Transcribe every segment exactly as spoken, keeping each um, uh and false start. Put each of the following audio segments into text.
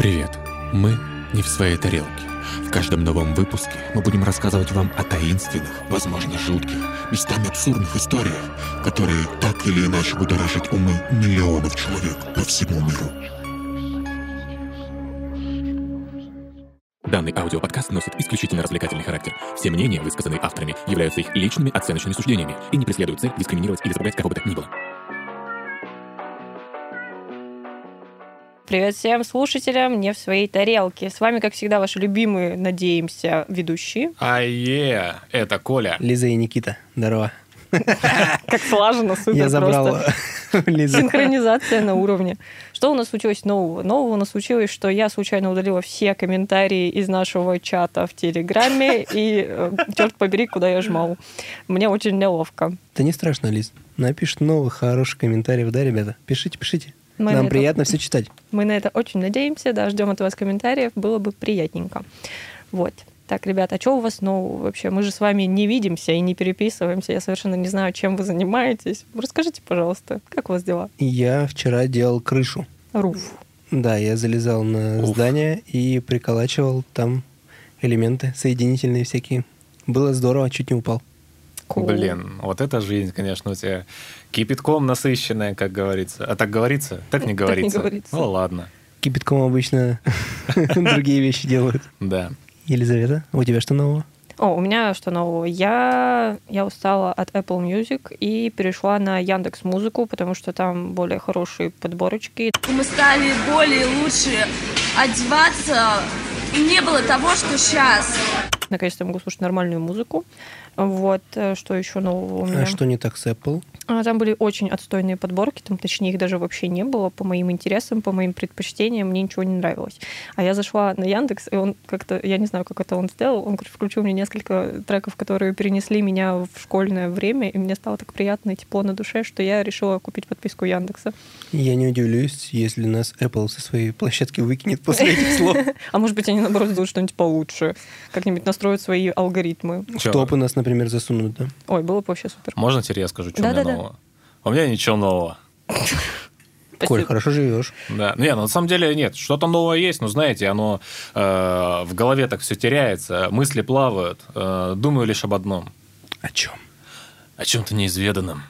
Привет, мы не в своей тарелке. В каждом новом выпуске мы будем рассказывать вам о таинственных, возможно, жутких, местами абсурдных историях, которые так или иначе будоражат умы миллионов человек по всему миру. Данный аудиоподкаст носит исключительно развлекательный характер. Все мнения, высказанные авторами, являются их личными оценочными суждениями и не преследуют цель дискриминировать или запугать кого бы то ни было. Привет всем слушателям «Не в своей тарелке». С вами, как всегда, ваши любимые, надеемся, ведущие. А-е, это Коля. Лиза и Никита. Здорово. Как слаженно, супер. Я забрал Лизу. Синхронизация на уровне. Что у нас случилось нового? Нового у нас случилось, что я случайно удалила все комментарии из нашего чата в Телеграме, и, черт побери, куда я жмал. Мне очень неловко. Да не страшно, Лиз. Напишут новых хороших комментариев, да, ребята? Пишите, пишите. Мы Нам это... приятно все читать. Мы на это очень надеемся, да, ждем от вас комментариев, было бы приятненько. Вот. Так, ребята, а что у вас нового вообще? Мы же с вами не видимся и не переписываемся. Я совершенно не знаю, чем вы занимаетесь. Расскажите, пожалуйста, как у вас дела? Я вчера делал крышу. Руф. Да, я залезал на Уф. здание и приколачивал там элементы соединительные всякие. Было здорово, чуть не упал. Cool. Блин, вот эта жизнь, конечно, у тебя кипятком насыщенная, как говорится. А так говорится? Так не говорится. Так не говорится. Ну ладно. Кипятком обычно другие вещи делают. Да. Елизавета, у тебя что нового? О, у меня что нового? Я, я устала от Apple Music и перешла на Яндекс.Музыку, потому что там более хорошие подборочки. Мы стали более лучше одеваться. Не было того, что сейчас. Наконец-то могу слушать нормальную музыку. Вот, что еще нового у меня? А что не так с Apple? Там были очень отстойные подборки, там, точнее, их даже вообще не было по моим интересам, по моим предпочтениям, мне ничего не нравилось. А я зашла на Яндекс, и он как-то, я не знаю, как это он сделал, он включил мне несколько треков, которые перенесли меня в школьное время, и мне стало так приятно и тепло на душе, что я решила купить подписку Яндекса. Я не удивлюсь, если нас Apple со своей площадки выкинет после этих слов. А может быть, они, наоборот, сделают что-нибудь получше, как-нибудь настроят свои алгоритмы. В топы нас, например, засунут, да? Ой, было бы вообще супер. Можно теперь я скажу, что Да, у меня да, да. нового? У меня ничего нового. Коль, хорошо живешь. Да, ну, нет, на самом деле нет, что-то новое есть, но знаете, оно э, в голове так все теряется, мысли плавают, э, думаю лишь об одном. О чем? О чем-то неизведанном.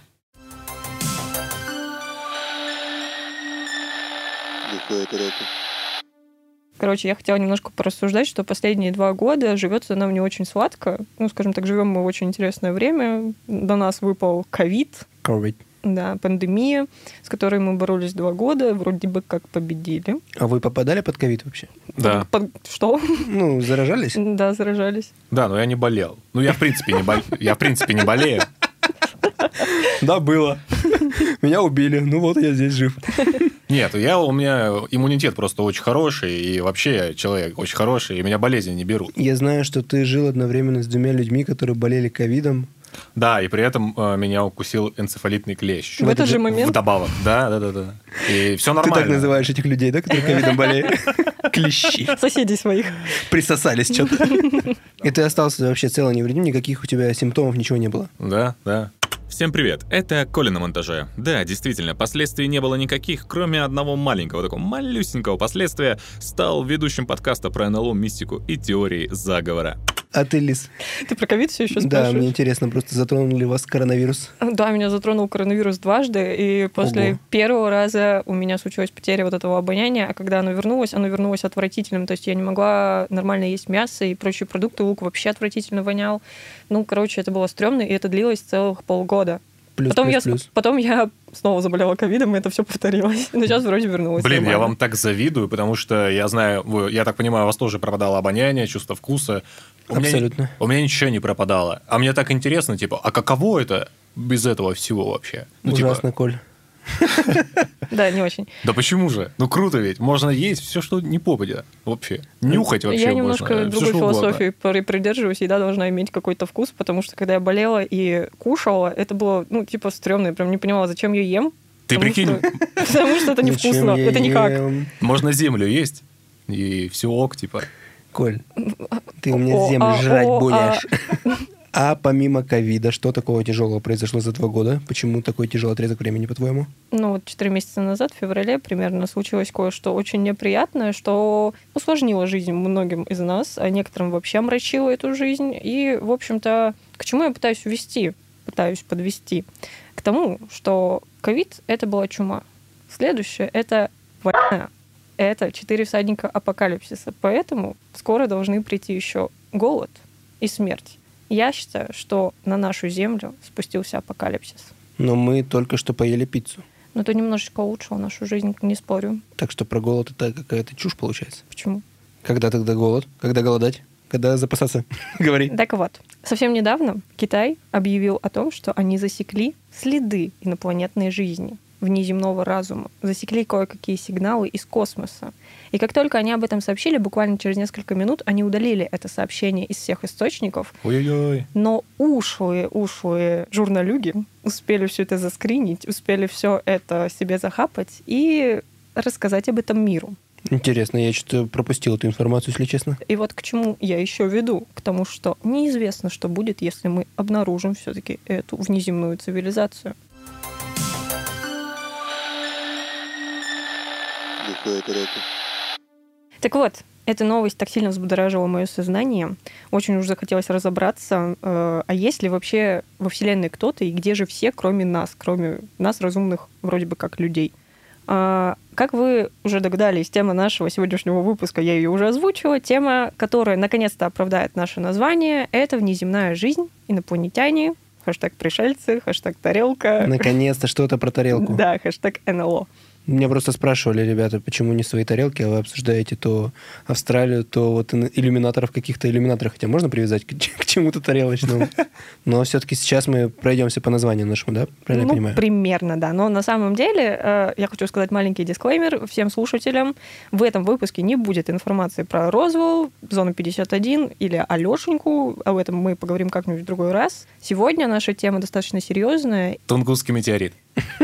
Короче, я хотела немножко порассуждать, что последние два года живется нам не очень сладко. Ну, скажем так, живем мы в очень интересное время. До нас выпал ковид. Ковид. Да, пандемия, с которой мы боролись два года, вроде бы как победили. А вы попадали под ковид вообще? Да. Под... Что? Ну, заражались? Да, заражались. Да, но я не болел. Ну, я в принципе не, бол... я, в принципе, не болею. Да, было. Меня убили. Ну вот, я здесь жив. Нет, я, у меня иммунитет просто очень хороший, и вообще я человек очень хороший, и меня болезни не берут. Я знаю, что ты жил одновременно с двумя людьми, которые болели ковидом. Да, и при этом э, меня укусил энцефалитный клещ. В этот же момент? Вдобавок. Да, да, да, да. И все Ты нормально. так называешь этих людей, да, которые ковидом болеют? Клещи. Соседей своих. Присосались что-то. И ты остался вообще цел и невредим, никаких у тебя симптомов, ничего не было. Да, да. Всем привет, это Коля на монтаже. Да, действительно, последствий не было никаких, кроме одного маленького, такого малюсенького последствия. Стал ведущим подкаста про эн эл о, мистику и теории заговора. А ты, Лиз? Ты про ковид все еще Да, спрашиваешь? мне интересно, просто затронул ли вас коронавирус? Да, меня затронул коронавирус дважды, и после Ого. первого раза у меня случилась потеря вот этого обоняния, а когда оно вернулось, оно вернулось отвратительным, то есть я не могла нормально есть мясо и прочие продукты, лук вообще отвратительно вонял. Ну, короче, это было стрёмно, и это длилось целых полгода. Плюс, Потом, плюс, я, плюс. потом я снова заболела ковидом, и это все повторилось. Но сейчас вроде вернулось. Блин, я нормально. вам так завидую, потому что я знаю, вы, я так понимаю, у вас тоже пропадало обоняние, чувство вкуса. У Абсолютно. Меня, у меня ничего не пропадало. А мне так интересно, типа, а каково это без этого всего вообще? Ну, Ужасно, типа, Коль. Да, не очень. да почему же? Ну, круто ведь. Можно есть все, что не попадя. Вообще. Нюхать вообще Я можно. немножко всё, другой что угодно. философии при- придерживаюсь. Еда должна иметь какой-то вкус, потому что когда я болела и кушала, это было, ну, типа, стрёмно. Я прям не понимала, зачем я ем. Ты потому прикинь, что- Потому что это Зачем невкусно. я Это никак. ем? можно землю есть, и все ок, типа. Коль, ты у меня О, землю а, жрать о, а. будешь. А помимо ковида, что такого тяжелого произошло за два года? Почему такой тяжелый отрезок времени, по-твоему? Ну, вот четыре месяца назад, в феврале примерно, случилось кое-что очень неприятное, что усложнило жизнь многим из нас, а некоторым вообще омрачило эту жизнь. И, в общем-то, к чему я пытаюсь увести, пытаюсь подвести? К тому, что ковид — это была чума. Следующее — это война. Это четыре всадника апокалипсиса. Поэтому скоро должны прийти еще голод и смерть. Я считаю, что на нашу землю спустился апокалипсис. Но мы только что поели пиццу. Но это немножечко улучшило нашу жизнь, не спорю. Так что про голод это какая-то чушь получается. Почему? Когда тогда голод? Когда голодать? Когда запасаться? Говори. Так вот, совсем недавно Китай объявил о том, что они засекли следы инопланетной жизни, внеземного разума, засекли кое-какие сигналы из космоса. И как только они об этом сообщили, буквально через несколько минут они удалили это сообщение из всех источников. Ой-ой-ой. Но ушлые, ушлые журналюги успели все это заскринить, успели все это себе захапать и рассказать об этом миру. Интересно, я что-то пропустил эту информацию, если честно. И вот к чему я еще веду? К тому, что неизвестно, что будет, если мы обнаружим все-таки эту внеземную цивилизацию. Так вот, эта новость так сильно взбудоражила мое сознание. Очень уж захотелось разобраться, э, а есть ли вообще во Вселенной кто-то, и где же все, кроме нас, кроме нас, разумных вроде бы как людей. А, как вы уже догадались, тема нашего сегодняшнего выпуска, я ее уже озвучила, тема, которая наконец-то оправдает наше название, это внеземная жизнь, инопланетяне, хэштег пришельцы, хэштег тарелка. Наконец-то что-то про тарелку. Да, хэштег эн эл о. Меня просто спрашивали, ребята, почему не свои тарелки, а вы обсуждаете то Австралию, то вот иллюминаторов каких-то иллюминаторов. Хотя можно привязать к, к чему-то тарелочному. Но все-таки сейчас мы пройдемся по названию нашему, да? Правильно ну, я понимаю? Примерно, да. Но на самом деле э, я хочу сказать маленький дисклеймер всем слушателям. В этом выпуске не будет информации про Розвелл, Зону пятьдесят один или Алешеньку. Об этом мы поговорим как-нибудь в другой раз. Сегодня наша тема достаточно серьезная. Тунгусский метеорит.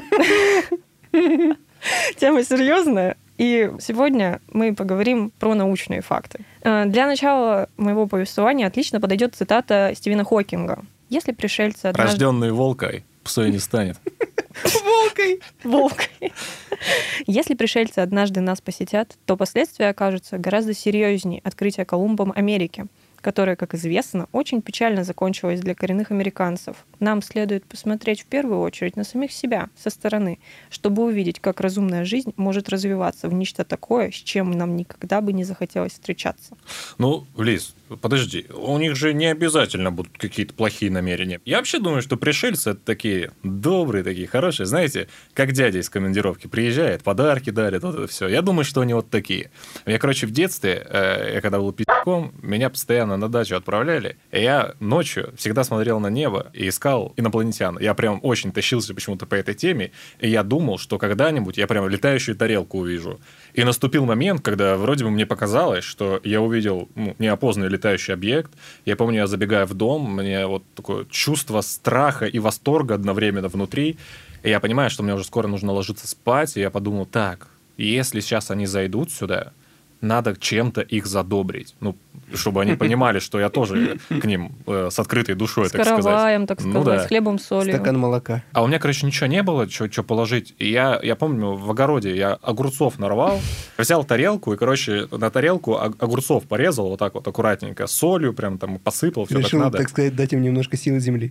Тема серьезная, и сегодня мы поговорим про научные факты. Для начала моего повествования отлично подойдет цитата Стивена Хокинга. Если пришельцы однажды... Рожденный волкой, псой не станет. Волкой! Волкой! Если пришельцы однажды нас посетят, то последствия окажутся гораздо серьезнее открытия Колумбом Америки, которое, как известно, очень печально закончилось для коренных американцев. Нам следует посмотреть в первую очередь на самих себя со стороны, чтобы увидеть, как разумная жизнь может развиваться в нечто такое, с чем нам никогда бы не захотелось встречаться. Ну, Лиз, подожди, у них же не обязательно будут какие-то плохие намерения. Я вообще думаю, что пришельцы — это такие добрые, такие хорошие. Знаете, как дядя из командировки приезжает, подарки дарит, вот это все. Я думаю, что они вот такие. Я, короче, в детстве, э, я когда был пи***ком, меня постоянно на дачу отправляли, и я ночью всегда смотрел на небо и искал инопланетян. Я прям очень тащился почему-то по этой теме, и я думал, что когда-нибудь я прям летающую тарелку увижу. И наступил момент, когда вроде бы мне показалось, что я увидел ну, неопознанный летающий объект. Я помню, я забегаю в дом, мне вот такое чувство страха и восторга одновременно внутри, и я понимаю, что мне уже скоро нужно ложиться спать, и я подумал, так, если сейчас они зайдут сюда, надо чем-то их задобрить. Ну, чтобы они понимали, что я тоже к ним э, с открытой душой, с так сказать. С караваем, так сказать, ну, да. с хлебом, солью. Стакан молока. А у меня, короче, ничего не было, что положить. И я, я помню, в огороде я огурцов нарвал, взял тарелку и, короче, на тарелку огурцов порезал вот так вот аккуратненько, солью прям там посыпал, все Решил, как надо. так сказать, дать им немножко силы земли.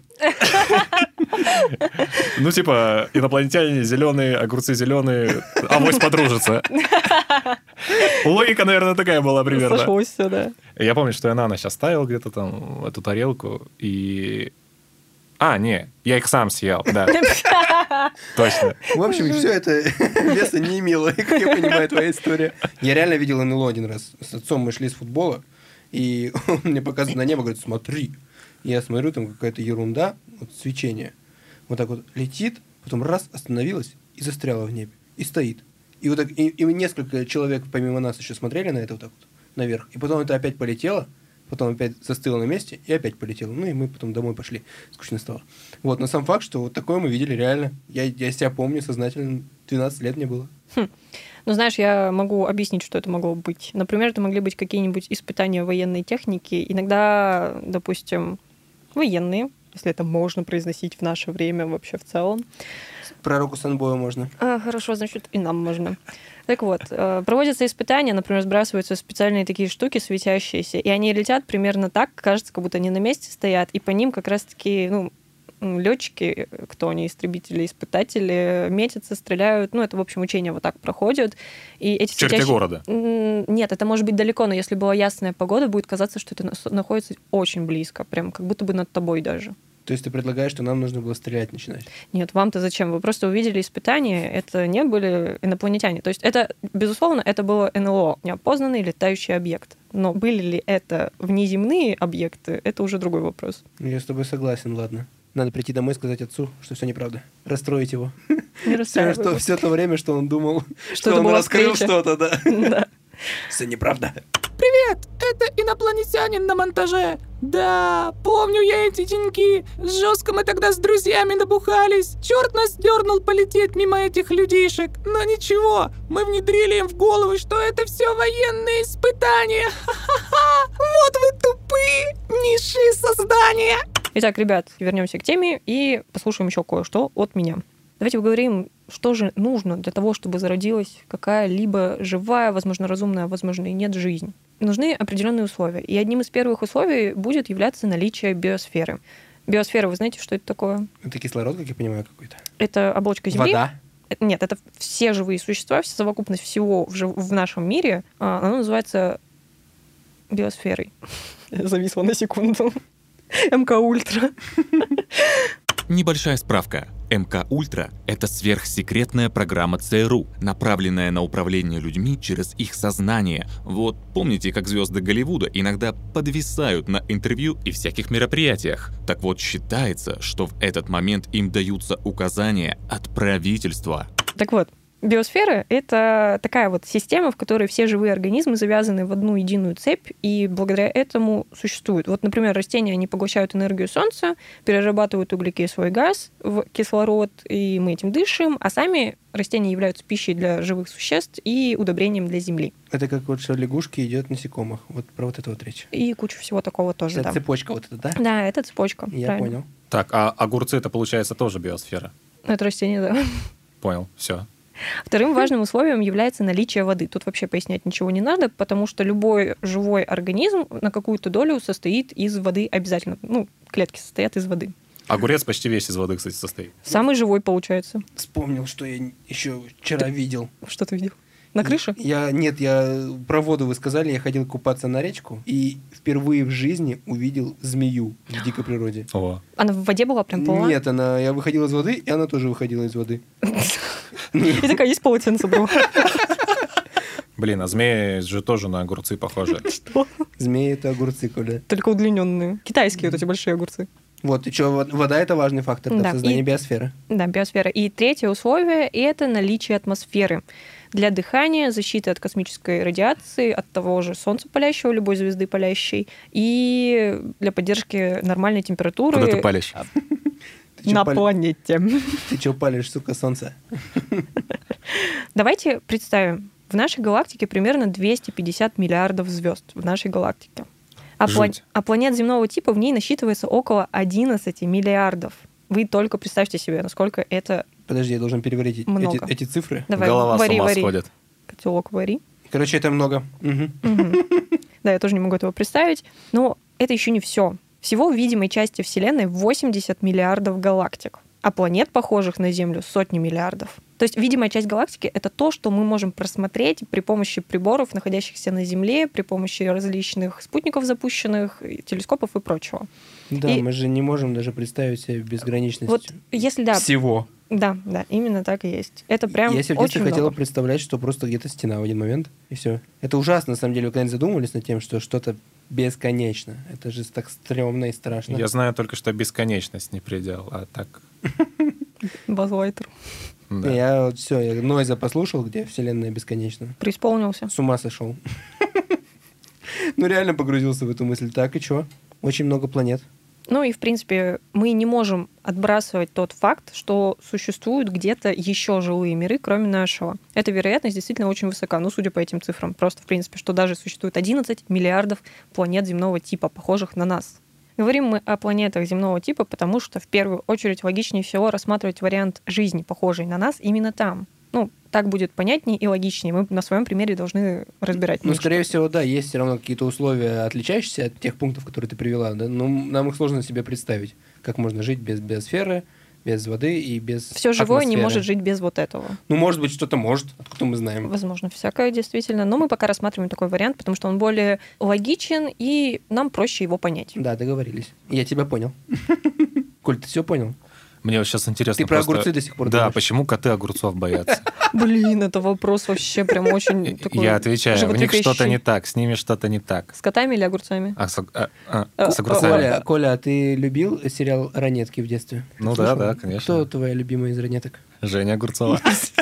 Ну, типа, инопланетяне зеленые, огурцы зеленые, авось подружатся. Логика, наверное, такая была примерно. Сошлось все, да. Я помню, что я на ночь оставил где-то там эту тарелку, и... А, не, я их сам съел, да. Точно. В общем, все это веса не имело, как я понимаю, твоя история. Я реально видел эн эл о один раз. С отцом мы шли с футбола, и он мне показывает на небо, говорит, смотри. Я смотрю, там какая-то ерунда, вот свечение. Вот так вот летит, потом раз, остановилась и застряла в небе. И стоит. И вот так, и, и несколько человек помимо нас еще смотрели на это вот так вот наверх. И потом это опять полетело, потом опять застыло на месте и опять полетело. Ну и мы потом домой пошли. Скучно стало. Вот, но сам факт, что вот такое мы видели реально. Я, я себя помню сознательно, двенадцать лет мне было. Хм. Ну, знаешь, я могу объяснить, что это могло быть. Например, это могли быть какие-нибудь испытания военной техники. Иногда, допустим, военные, если это можно произносить в наше время вообще в целом. Пророку Санбою можно. А, хорошо, значит, и нам можно. Так вот, э, проводятся испытания, например, сбрасываются специальные такие штуки светящиеся, и они летят примерно так, кажется, как будто они на месте стоят, и по ним как раз-таки, ну, летчики, кто они, истребители, испытатели, метятся, стреляют. Ну, это, в общем, учения вот так проходят. И эти В черте светящие... города? Нет, это может быть далеко, но если была ясная погода, будет казаться, что это находится очень близко, прям как будто бы над тобой даже. То есть ты предлагаешь, что нам нужно было стрелять начинать? Нет, вам-то зачем? Вы просто увидели испытания, это не были инопланетяне. То есть это, безусловно, это было эн эл о, неопознанный летающий объект. Но были ли это внеземные объекты, это уже другой вопрос. Я с тобой согласен, ладно. Надо прийти домой и сказать отцу, что все неправда. Расстроить его. Не Все, расстраивай. что, все то время, что он думал, Что что, это он была раскрыл встреча. что-то, да. Да. Все неправда. Привет, это инопланетянин на монтаже. Да, помню я эти деньки. Жестко мы тогда с друзьями набухались. Черт нас дернул полететь мимо этих людишек. Но ничего, мы внедрили им в голову, что это все военные испытания. Ха-ха-ха! Вот вы тупые, низшие создания. Итак, ребят, вернемся к теме и послушаем еще кое-что от меня. Давайте поговорим, что же нужно для того, чтобы зародилась какая-либо живая, возможно, разумная, возможно, и нет жизнь. Нужны определенные условия. И одним из первых условий будет являться наличие биосферы. Биосфера, вы знаете, что это такое? Это кислород, как я понимаю, какой-то. Это оболочка Земли. Вода. Это- Нет, это все живые существа, вся совокупность всего в, жив- в нашем мире. а, Оно называется биосферой. Я зависла на секунду. эм ка Ультра. Небольшая справка. эм ка Ультра — это сверхсекретная программа цэ эр у, направленная на управление людьми через их сознание. Вот помните, как звезды Голливуда иногда подвисают на интервью и всяких мероприятиях? Так вот, считается, что в этот момент им даются указания от правительства. Так вот, биосфера — это такая вот система, в которой все живые организмы завязаны в одну единую цепь, и благодаря этому существуют. Вот, например, растения, они поглощают энергию Солнца, перерабатывают углекислый газ в кислород, и мы этим дышим, а сами растения являются пищей для живых существ и удобрением для Земли. Это как вот что лягушки едят насекомых. Вот про вот это вот речь. И куча всего такого тоже, Это да. цепочка вот эта, да? Да, это цепочка. Я правильно. понял. Так, а огурцы это получается тоже биосфера? Это растение, да. Понял, все. Вторым важным условием является наличие воды. Тут вообще пояснять ничего не надо, потому что любой живой организм на какую-то долю состоит из воды обязательно. Ну, клетки состоят из воды. Огурец почти весь из воды, кстати, состоит. Самый живой получается. Вспомнил, что я еще вчера видел. Что ты видел? На крыше? Я, нет, я про воду вы сказали, я ходил купаться на речку и впервые в жизни увидел змею в дикой природе. О. Она в воде была прям полна? Нет, она, я выходил из воды, и она тоже выходила из воды. И такая, есть полотенце, бро. Блин, а змеи же тоже на огурцы похожи. Что? Змеи — это огурцы, Коля. Только удлиненные. Китайские вот эти большие огурцы. Вот, и что, вода — это важный фактор для Да, создания и- биосферы. Да, биосфера. И третье условие — это наличие атмосферы. Для дыхания, защиты от космической радиации, от того же солнца палящего, любой звезды палящей, и для поддержки нормальной температуры Куда ты палишь? Ты чё на паль- планете. Ты что палишь, сука, солнце? Давайте представим, в нашей галактике примерно двести пятьдесят миллиардов звезд в нашей галактике. А, пла- Жуть. а планет земного типа в ней насчитывается около одиннадцать миллиардов. Вы только представьте себе, насколько это... Подожди, я должен переварить эти- Много. эти, эти цифры. Давай, Голова с вари, ума вари. сходит. Котелок вари. Короче, это много. Мгм. Мгм. Да, я тоже не могу этого представить. Но это еще не все. Всего в видимой части Вселенной восемьдесят миллиардов галактик, а планет, похожих на Землю, сотни миллиардов. То есть видимая часть галактики — это то, что мы можем просмотреть при помощи приборов, находящихся на Земле, при помощи различных спутников запущенных, и телескопов и прочего. Да, И- мы же не можем даже представить себе безграничность Вот если да, всего. да, да, именно так и есть. Это прям Я себе в детстве очень хотела много. представлять, что просто где-то стена в один момент, и все. Это ужасно, на самом деле. Вы когда-нибудь задумывались над тем, что что-то бесконечно? Это же так стрёмно и страшно. Я знаю только, что бесконечность не предел, а так... Базз Лайтер да. Я вот все, я Нойза послушал, где вселенная бесконечна. преисполнился. С ума сошел. Ну, реально погрузился в эту мысль. Так, и чё? Очень много планет. Ну и, в принципе, мы не можем отбрасывать тот факт, что существуют где-то еще живые миры, кроме нашего. Эта вероятность действительно очень высока, ну, судя по этим цифрам. Просто, в принципе, что даже существует одиннадцать миллиардов планет земного типа, похожих на нас. Говорим мы о планетах земного типа, потому что в первую очередь логичнее всего рассматривать вариант жизни, похожий на нас, именно там. Ну, так будет понятнее и логичнее. Мы на своем примере должны разбирать. Ну, нечто. скорее всего, да, есть все равно какие-то условия, отличающиеся от тех пунктов, которые ты привела, да? Но нам их сложно себе представить, как можно жить без биосферы, без воды и без Все живое не атмосферы. может жить без вот этого. Ну, может быть, что-то может, откуда мы знаем. Возможно, всякое, действительно. Но мы пока рассматриваем такой вариант, потому что он более логичен, и нам проще его понять. Да, договорились. Я тебя понял. Коль, ты все понял? Мне вот сейчас интересно Ты про просто- огурцы до сих пор Да, думаешь? почему коты огурцов боятся? Блин, это вопрос вообще прям очень такой Я отвечаю, у них животрепещущий. что-то не так, с ними что-то не так. С котами или огурцами? А с, а- а, А, с огурцами? Коля, Коля, а ты любил сериал «Ранетки» в детстве? Ну Слышал? да, да, конечно. Кто твоя любимая из «Ранеток»? Женя Огурцова.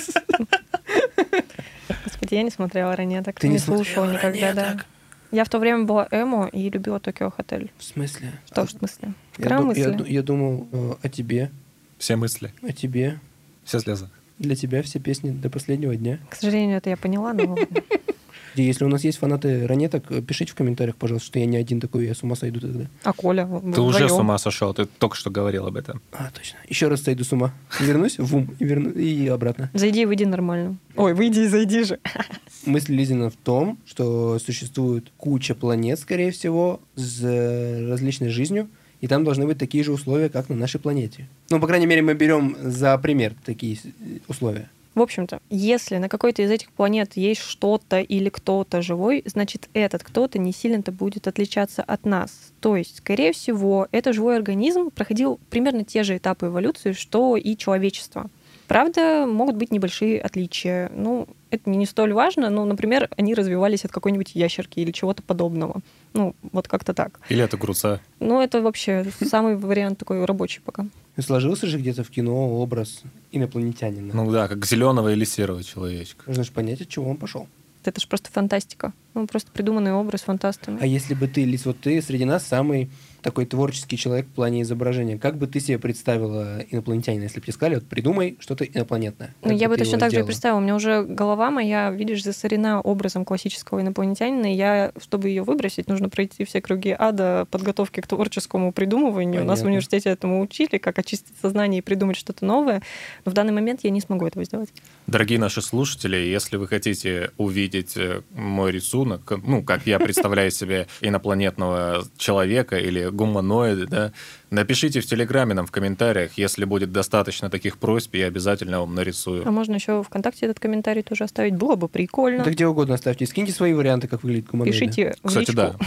Господи, я не смотрела «Ранеток». Ты не не слушала смотрела никогда, да. «Ранеток»? Я в то время была эмо и любила «Токио Хотель». В смысле? Что в смысле? Я, Игра ду- мысли. я ду- я думал э, о тебе, Все мысли, о тебе. все слезы. Для тебя все песни до последнего дня. К сожалению, это я поняла, но ладно. И если у нас есть фанаты «Ранеток», э, пишите в комментариях, пожалуйста, что я не один такой, я с ума сойду тогда. А Коля? Ты уже с ума сошел, ты только что говорил об этом. А, точно. Еще раз сойду с ума. Вернусь в ум и, верну... и обратно. Зайди и выйди нормально. Ой, выйди и зайди же. Мысль Лизина в том, что существует куча планет, скорее всего, с э, различной жизнью, и там должны быть такие же условия, как на нашей планете. Ну, по крайней мере, мы берем за пример такие с- условия. В общем-то, если на какой-то из этих планет есть что-то или кто-то живой, значит, этот кто-то не сильно-то будет отличаться от нас. То есть, скорее всего, этот живой организм проходил примерно те же этапы эволюции, что и человечество. Правда, могут быть небольшие отличия. Ну, это не столь важно, но, например, они развивались от какой-нибудь ящерки или чего-то подобного. Ну, вот как-то так. Или от огурца. Ну, это вообще самый вариант такой рабочий пока. И сложился же где-то в кино образ инопланетянина. Ну да, как зеленого или серого человечка. Нужно же понять, от чего он пошел. Это же просто фантастика. Ну, просто придуманный образ фантастами. А если бы ты, Лиз, вот ты среди нас самый такой творческий человек в плане изображения, как бы ты себе представила инопланетянина, если бы тебе сказали, вот придумай что-то инопланетное? Ну, Как я бы ты точно его так же и сделала? представила. У меня уже голова моя, видишь, засорена образом классического инопланетянина, и я, чтобы ее выбросить, нужно пройти все круги ада подготовки к творческому придумыванию. У нас в Понятно. университете этому учили, как очистить сознание и придумать что-то новое. Но в данный момент я не смогу этого сделать. Дорогие наши слушатели, если вы хотите увидеть э, мой рисунок, ну, как я представляю себе инопланетного человека или гуманоида, да, напишите в Телеграме нам в комментариях, если будет достаточно таких просьб, я обязательно вам нарисую. А можно еще ВКонтакте этот комментарий тоже оставить. Было бы прикольно. Да где угодно оставьте. Скиньте свои варианты, как выглядит гуманоиды. Пишите в Кстати, личку. да.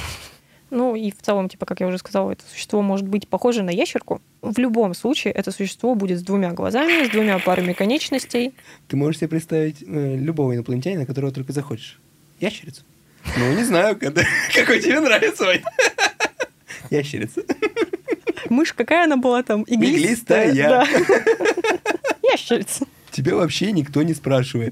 Ну и в целом, типа, как я уже сказала, это существо может быть похоже на ящерку. В любом случае, это существо будет с двумя глазами, с двумя парами конечностей. Ты можешь себе представить э, любого инопланетянина, которого только захочешь. Ящерицу? Ну, не знаю, когда- какой тебе нравится, Вань. Ящерица. Мышь какая она была там? Иглистая. Иглистая. Да. Ящерица. Тебя вообще никто не спрашивает.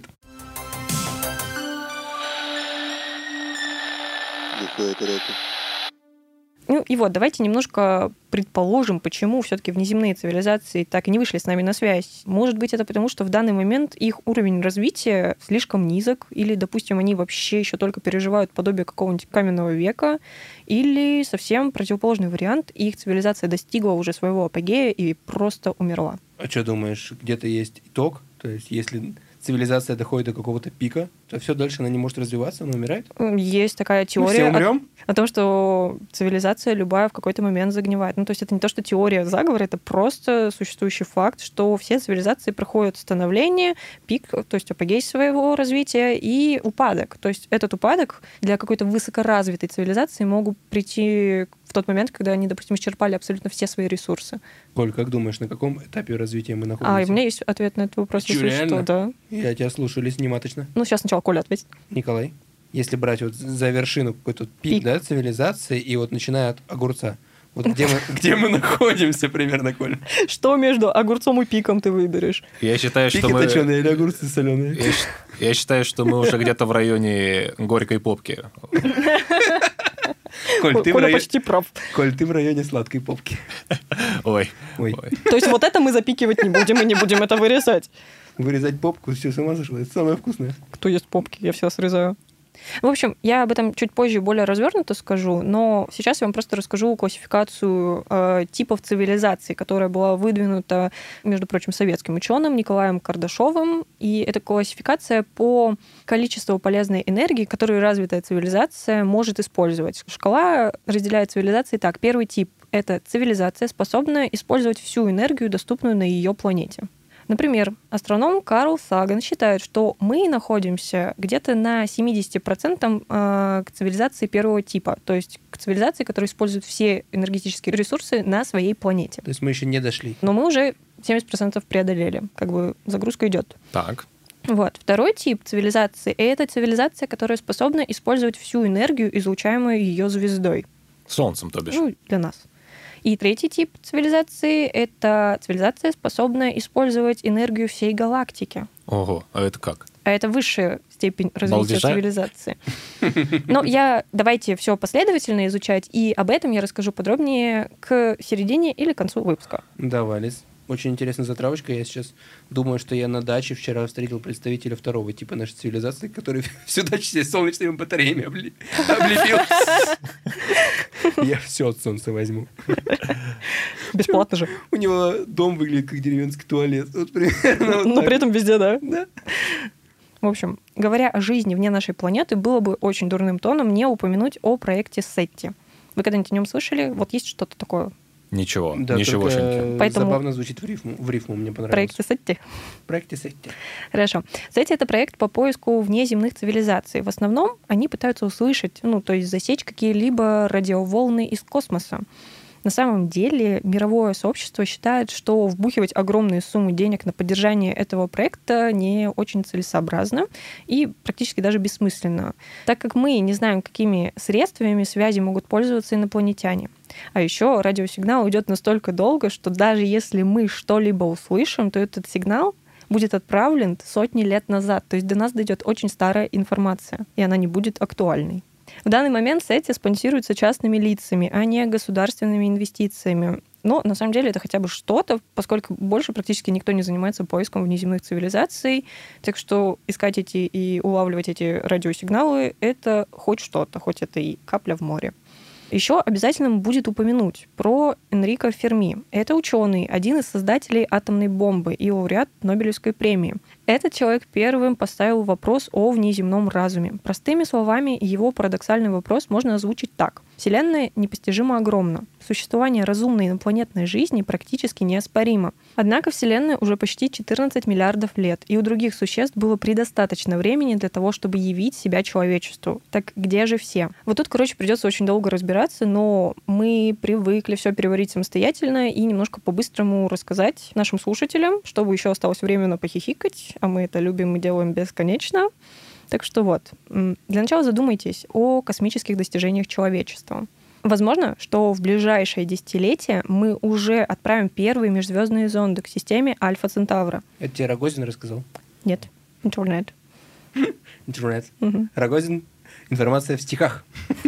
Ну и вот, давайте немножко предположим, почему все-таки внеземные цивилизации так и не вышли с нами на связь. Может быть, это потому, что в данный момент их уровень развития слишком низок, или, допустим, они вообще еще только переживают подобие какого-нибудь каменного века, или совсем противоположный вариант, их цивилизация достигла уже своего апогея и просто умерла. А что думаешь, где-то есть итог? То есть, если цивилизация доходит до какого-то пика, то все дальше она не может развиваться, она умирает? Есть такая Мы теория все о- умрем? о том, что цивилизация любая в какой-то момент загнивает. Ну, то есть это не то, что теория заговора, это просто существующий факт, что все цивилизации проходят становление, пик, то есть апогей своего развития и упадок. То есть этот упадок для какой-то высокоразвитой цивилизации могут прийти в тот момент, когда они, допустим, исчерпали абсолютно все свои ресурсы. Коль, как думаешь, на каком этапе развития мы А, и находимся? у меня есть ответ на этот вопрос, Чё, если реально? что, да. Я тебя слушаю, Лиз, внимательно. Ну, сейчас сначала Коля ответит. Николай, если брать вот за вершину какой-то пик, Пик. да, цивилизации, и вот начиная от огурца, вот где мы, где мы находимся примерно, Коль? Что между огурцом и пиком ты выберешь? Я считаю, что Пики мы... точеные или огурцы соленые? Я, щ- я считаю, что мы уже где-то в районе горькой попки. Коль, ты в Коля районе... почти прав. Коль, ты в районе сладкой попки. Ой. Ой, Ой. То есть вот это мы запикивать не будем, и не будем это вырезать. вырезать попку, все, с ума сошла, это самое вкусное. Кто ест попки? Я все срезаю. В общем, я об этом чуть позже более развернуто скажу, но сейчас я вам просто расскажу классификацию э, типов цивилизаций, которая была выдвинута, между прочим, советским ученым Николаем Кардашовым. И это классификация по количеству полезной энергии, которую развитая цивилизация может использовать. Шкала разделяет цивилизации так. Первый тип — это цивилизация, способная использовать всю энергию, доступную на ее планете. Например, астроном Карл Саган считает, что мы находимся где-то на семьдесят процентов к цивилизации первого типа, то есть к цивилизации, которая использует все энергетические ресурсы на своей планете. То есть мы еще не дошли. Но мы уже семьдесят процентов преодолели, как бы загрузка идет. Так. Вот. Второй тип цивилизации — это цивилизация, которая способна использовать всю энергию, излучаемую ее звездой. Солнцем, то бишь. Ну, для нас. И третий тип цивилизации — это цивилизация, способная использовать энергию всей галактики. Ого, а это как? А это высшая степень развития Балдежа? цивилизации. Но я давайте все последовательно изучать, и об этом я расскажу подробнее к середине или концу выпуска. Давай, Лиз. Очень интересная затравочка. Я сейчас думаю, что я на даче вчера встретил представителя второго типа нашей цивилизации, который всю дачу себе солнечными батареями обли- облепил. Я все от солнца возьму. Бесплатно же. У него дом выглядит как деревенский туалет. Вот примерно вот Но так. при этом везде, да? Да. В общем, говоря о жизни вне нашей планеты, было бы очень дурным тоном не упомянуть о проекте Сетти. Вы когда-нибудь о нем слышали? Вот есть что-то такое? Ничего, Да, ничегошеньки. только Поэтому- забавно звучит в рифму. В рифму мне понравилось. Проекте Сетти? Проекте Сетти. Хорошо. Сетти — это проект по поиску внеземных цивилизаций. В основном они пытаются услышать, ну, то есть засечь какие-либо радиоволны из космоса. На самом деле мировое сообщество считает, что вбухивать огромные суммы денег на поддержание этого проекта не очень целесообразно и практически даже бессмысленно, так как мы не знаем, какими средствами связи могут пользоваться инопланетяне. А еще радиосигнал уйдет настолько долго, что даже если мы что-либо услышим, то этот сигнал будет отправлен сотни лет назад. То есть до нас дойдет очень старая информация, и она не будет актуальной. В данный момент Сетти спонсируется частными лицами, а не государственными инвестициями. Но на самом деле это хотя бы что-то, поскольку больше практически никто не занимается поиском внеземных цивилизаций. Так что искать эти и улавливать эти радиосигналы — это хоть что-то, хоть это и капля в море. Еще обязательно будет упомянуть про Энрико Ферми. Это ученый, один из создателей атомной бомбы и лауреат Нобелевской премии. Этот человек первым поставил вопрос о внеземном разуме. Простыми словами, его парадоксальный вопрос можно озвучить так. Вселенная непостижимо огромна. Существование разумной инопланетной жизни практически неоспоримо. Однако Вселенная уже почти четырнадцать миллиардов лет, и у других существ было предостаточно времени для того, чтобы явить себя человечеству. Так где же все? Вот тут, короче, придется очень долго разбираться, но мы привыкли все переварить самостоятельно и немножко по-быстрому рассказать нашим слушателям, чтобы еще осталось время на похихикать, а мы это любим и делаем бесконечно. Так что вот, для начала задумайтесь о космических достижениях человечества. Возможно, что в ближайшее десятилетие мы уже отправим первые межзвездные зонды к системе Альфа Центавра. Это тебе Рогозин рассказал? Нет, интернет. Интернет. Мгм. Рогозин. Информация в стихах.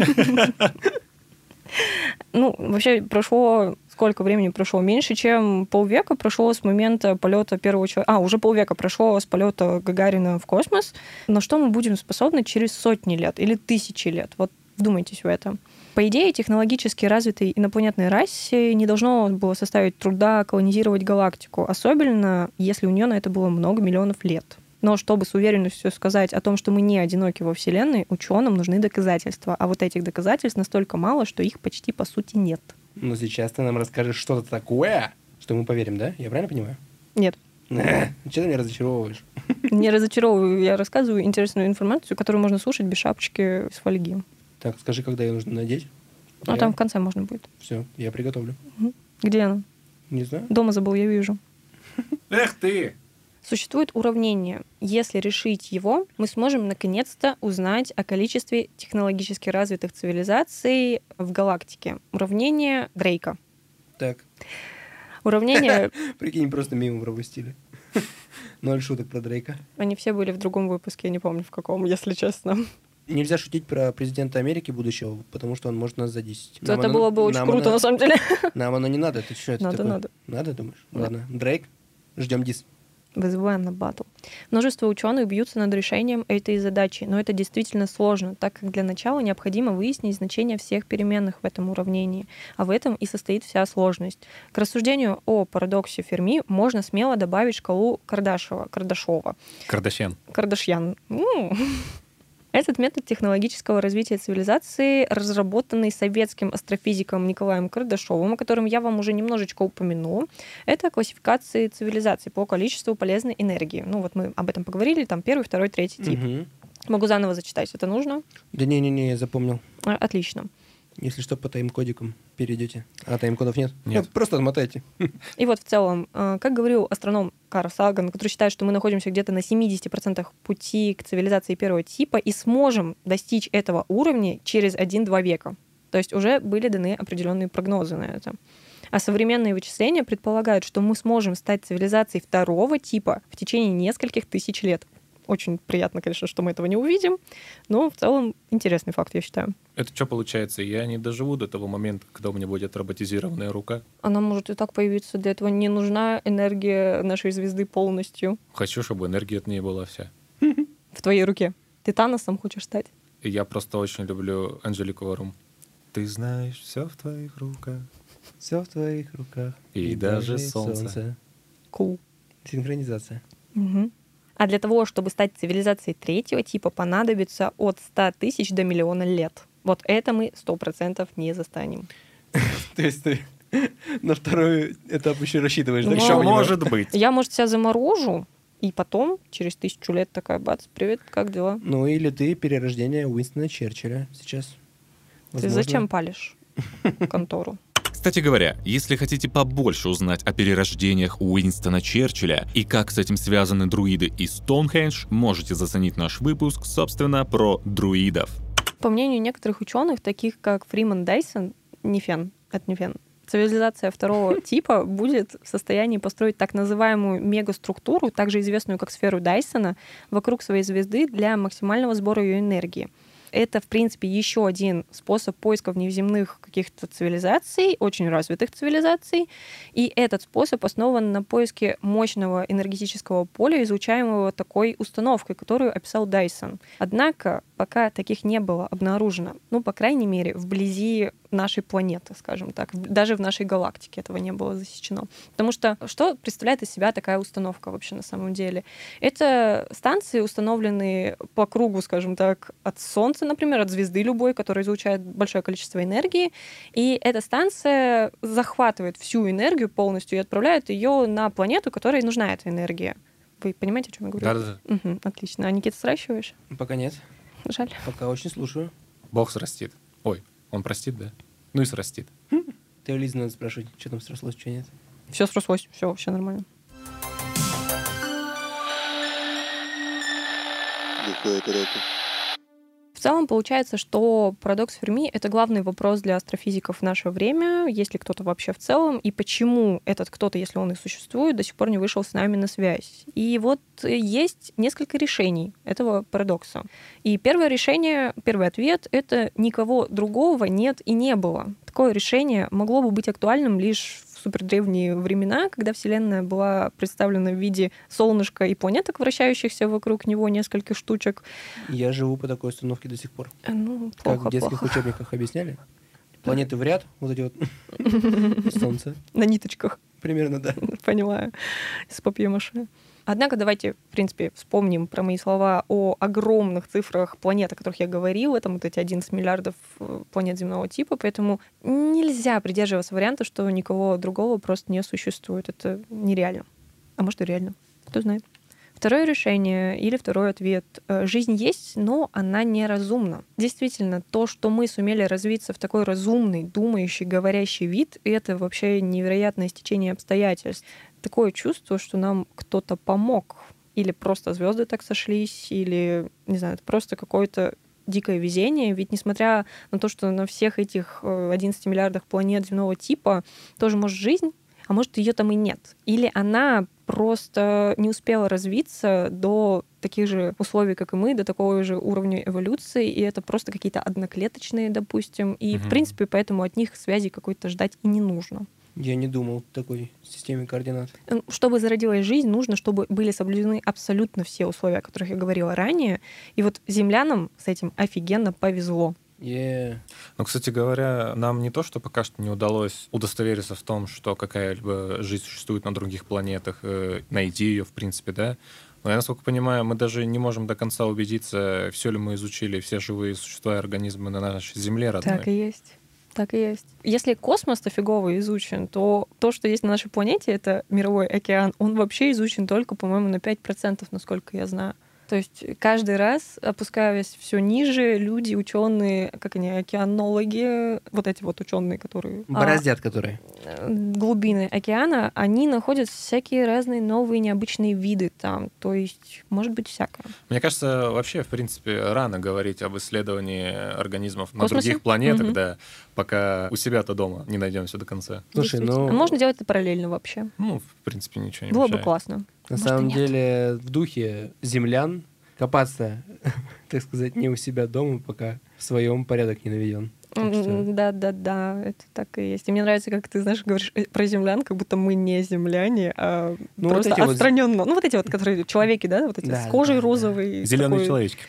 Ну, вообще прошло... Сколько времени прошло? Меньше, чем полвека прошло с момента полета первого человека. А, уже полвека прошло с полета Гагарина в космос. На что мы будем способны через сотни лет или тысячи лет? Вот вдумайтесь в это. По идее, технологически развитой инопланетной расе не должно было составить труда колонизировать галактику, особенно если у нее на это было много миллионов лет. Но чтобы с уверенностью сказать о том, что мы не одиноки во Вселенной, ученым нужны доказательства. А вот этих доказательств настолько мало, что их почти по сути нет. Ну, сейчас ты нам расскажешь что-то такое, что мы поверим, да? Я правильно понимаю? Нет. Что ты меня разочаровываешь? Не разочаровываю, я рассказываю интересную информацию, которую можно слушать без шапочки из фольги. Так, скажи, когда ее нужно надеть? А там в конце можно будет. Все, я приготовлю. Где она? Не знаю. Дома забыл, я вижу. Эх ты! Существует уравнение. Если решить его, мы сможем наконец-то узнать о количестве технологически развитых цивилизаций в галактике. Уравнение Дрейка. Так, Уравнение... прикинь, просто мимо пропустили. Ноль шуток про Дрейка. Они все были в другом выпуске, я не помню в каком, если честно. Нельзя шутить про президента Америки будущего, потому что он может нас задесить. Нам Это оно- было бы очень нам круто, оно- на самом деле. Нам оно не надо. Это что это Надо, такое? надо. Надо, думаешь? Да. Ладно. Дрейк, ждем дис. Вызываем на батл. Множество ученых бьются над решением этой задачи, но это действительно сложно, так как для начала необходимо выяснить значение всех переменных в этом уравнении, а в этом и состоит вся сложность. К рассуждению о парадоксе Ферми можно смело добавить шкалу Кардашева, Кардашова. Кардашьян. Кардашьян. М. Этот метод технологического развития цивилизации, разработанный советским астрофизиком Николаем Кардашовым, о котором я вам уже немножечко упомяну, это классификация цивилизаций по количеству полезной энергии. Ну вот мы об этом поговорили, там первый, второй, третий тип. Угу. Могу заново зачитать, это нужно? Да не-не-не, я запомнил. А, Отлично. Если что, по тайм-кодикам перейдете. А тайм-кодов нет? Нет. Ну, просто отмотайте. И вот в целом, э, как говорил астроном Карл Саган, который считает, что мы находимся где-то на семьдесят процентов пути к цивилизации первого типа и сможем достичь этого уровня через один-два века. То есть уже были даны определенные прогнозы на это. А современные вычисления предполагают, что мы сможем стать цивилизацией второго типа в течение нескольких тысяч лет. Очень приятно, конечно, что мы этого не увидим, но в целом интересный факт, я считаю. Это что получается? Я не доживу до того момента, когда у меня будет роботизированная рука. Она может и так появиться. Для этого не нужна энергия нашей звезды полностью Хочу, чтобы энергия от ней была вся. в твоей руке. Ты Таносом хочешь стать? И я просто очень люблю Анжелику Варум. Ты знаешь, все в твоих руках. Все в твоих руках. И даже солнце. Кул. Синхронизация. Мгм. А для того, чтобы стать цивилизацией третьего типа, понадобится от ста тысяч до миллиона лет. Вот это мы сто процентов не застанем. То есть ты на второй этап еще рассчитываешь, да? Ну, Еще Ну, может быть. Я, может, себя заморожу, и потом, через тысячу лет, такая, бац, привет, как дела? Ну или ты перерождение Уинстона Черчилля сейчас. Ты Возможно. зачем палишь контору? Кстати говоря, если хотите побольше узнать о перерождениях Уинстона Черчилля и как с этим связаны друиды и Стоунхендж, можете заценить наш выпуск, собственно, про друидов. По мнению некоторых ученых, таких как Фриман Дайсон, не фен, это не фен, цивилизация второго типа будет в состоянии построить так называемую мегаструктуру, также известную как сферу Дайсона, вокруг своей звезды для максимального сбора ее энергии. Это, в принципе, еще один способ поиска внеземных каких-то цивилизаций, очень развитых цивилизаций. И этот способ основан на поиске мощного энергетического поля, излучаемого такой установкой, которую описал Дайсон. Однако пока таких не было обнаружено, ну, по крайней мере, вблизи нашей планеты, скажем так. Даже в нашей галактике этого не было засечено. Потому что что представляет из себя такая установка вообще на самом деле? Это станции, установленные по кругу, скажем так, от Солнца, например, от звезды любой, которая излучает большое количество энергии. И эта станция захватывает всю энергию полностью и отправляет ее на планету, которой нужна эта энергия. Вы понимаете, о чем я говорю? Да-да-да. Угу, отлично. А Никита, сращиваешь? Пока нет. Жаль. Пока очень слушаю. Бог срастит. Ой, он простит, да? Ну и срастит. Ты у Лизы надо спрашивать, что там срослось, что нет. Все срослось, все, все нормально. В целом получается, что парадокс Ферми — это главный вопрос для астрофизиков в наше время, есть ли кто-то вообще в целом, и почему этот кто-то, если он и существует, до сих пор не вышел с нами на связь. И вот есть несколько решений этого парадокса. И первое решение, первый ответ — это никого другого нет и не было. Такое решение могло бы быть актуальным лишь в супердревние времена, когда Вселенная была представлена в виде солнышка и планеток, вращающихся вокруг него, несколько штучек. Я живу по такой установке до сих пор. Ну, Как плохо, в детских плохо. учебниках объясняли. Планеты в ряд, вот эти вот Солнце. На ниточках, Примерно, да. понимаю, из папье-маше. Однако давайте, в принципе, вспомним про мои слова о огромных цифрах планет, о которых я говорила. Там вот эти одиннадцать миллиардов планет земного типа. Поэтому нельзя придерживаться варианта, что никого другого просто не существует. Это нереально. А может и реально. Кто знает. Второе решение или второй ответ. Жизнь есть, но она неразумна. Действительно, то, что мы сумели развиться в такой разумный, думающий, говорящий вид, это вообще невероятное стечение обстоятельств. Такое чувство, что нам кто-то помог. Или просто звезды так сошлись, или, не знаю, это просто какое-то дикое везение. Ведь несмотря на то, что на всех этих одиннадцати миллиардах планет земного типа тоже может жизнь, а может ее там и нет. Или она просто не успела развиться до таких же условий, как и мы, до такого же уровня эволюции, и это просто какие-то одноклеточные, допустим, и, Мгм. в принципе, поэтому от них связи какой-то ждать и не нужно. Я не думал о такой системе координат. Чтобы зародилась жизнь, нужно, чтобы были соблюдены абсолютно все условия, о которых я говорила ранее. И вот землянам с этим офигенно повезло. Yeah. Ну, кстати говоря, нам не то, что пока что не удалось удостовериться в том, что какая-либо жизнь существует на других планетах, э, найти ее, в принципе, да. Но я, насколько понимаю, мы даже не можем до конца убедиться, все ли мы изучили, все живые существа и организмы на нашей Земле родной. Так и есть. Так и есть. Если космос-то фигово изучен, то то, что есть на нашей планете, это мировой океан, он вообще изучен только, по-моему, на пять процентов, насколько я знаю. То есть каждый раз, опускаясь все ниже, люди, ученые, как они, океанологи, вот эти вот ученые, которые... Бороздят, а, которые. Глубины океана, они находят всякие разные новые необычные виды там. То есть, может быть, всякое. Мне кажется, вообще, в принципе, рано говорить об исследовании организмов на Космосе? других планетах, Угу. да, пока у себя-то дома не найдем все до конца. Слушай, ну... А можно делать это параллельно вообще? Ну, в принципе, ничего не Было мешает. бы классно. На Может, самом и нет. деле, в духе землян копаться, так сказать, не у себя дома, пока в своем порядок не наведен. Так что- Да, да, да, это так и есть. И мне нравится, как ты, знаешь, говоришь про землян, как будто мы не земляне, а Ну, вот просто эти вот- отстраненно. Ну, вот эти вот, которые человеки, да, вот эти Да, с кожей да, да. розовой. Зеленые такой- человечки.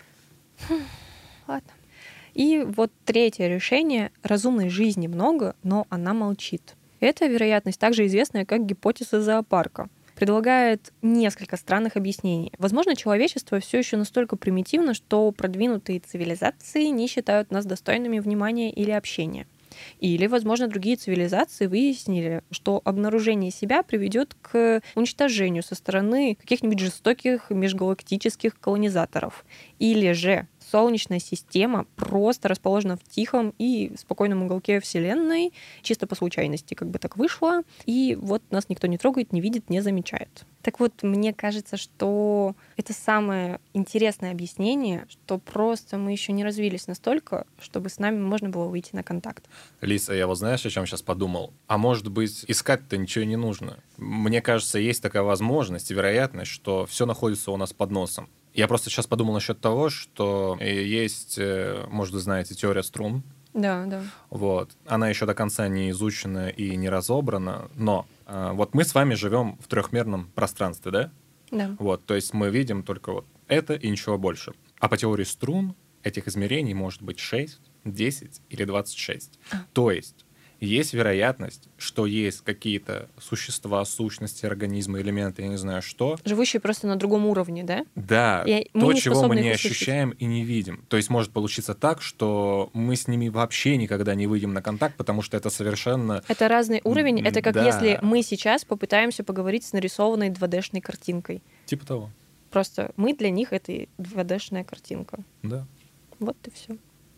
Ладно. И вот третье решение. Разумной жизни много, но она молчит. Эта вероятность также известная как гипотеза зоопарка. Предлагает несколько странных объяснений. Возможно, человечество все еще настолько примитивно, что продвинутые цивилизации не считают нас достойными внимания или общения. Или, возможно, другие цивилизации выяснили, что обнаружение себя приведет к уничтожению со стороны каких-нибудь жестоких межгалактических колонизаторов. Или же Солнечная система просто расположена в тихом и спокойном уголке Вселенной, чисто по случайности как бы так вышло, и вот нас никто не трогает, не видит, не замечает. Так вот, мне кажется, что это самое интересное объяснение, что просто мы еще не развились настолько, чтобы с нами можно было выйти на контакт. Лиса, я вот знаешь, о чем сейчас подумал? А может быть, искать-то ничего не нужно? Мне кажется, есть такая возможность и вероятность, что все находится у нас под носом. Я просто сейчас подумал насчет того, что есть, э, может, вы знаете, теория струн. Да, да. Вот. Она еще до конца не изучена и не разобрана, но э, вот мы с вами живем в трехмерном пространстве, да? Да. Вот, то есть мы видим только вот это и ничего больше. А по теории струн этих измерений может быть шесть, десять или двадцать шесть. А. То есть есть вероятность, что есть какие-то существа, сущности, организмы, элементы, я не знаю что. Живущие просто на другом уровне, да? Да, И мы то, не чего мы способны не их услышать. ощущаем и не видим. То есть может получиться так, что мы с ними вообще никогда не выйдем на контакт, потому что это совершенно... Это разный уровень. М, Это как да. если мы сейчас попытаемся поговорить с нарисованной два дэ-шной картинкой. Типа того, Просто мы для них это два дэ-шная картинка. да. Вот и все.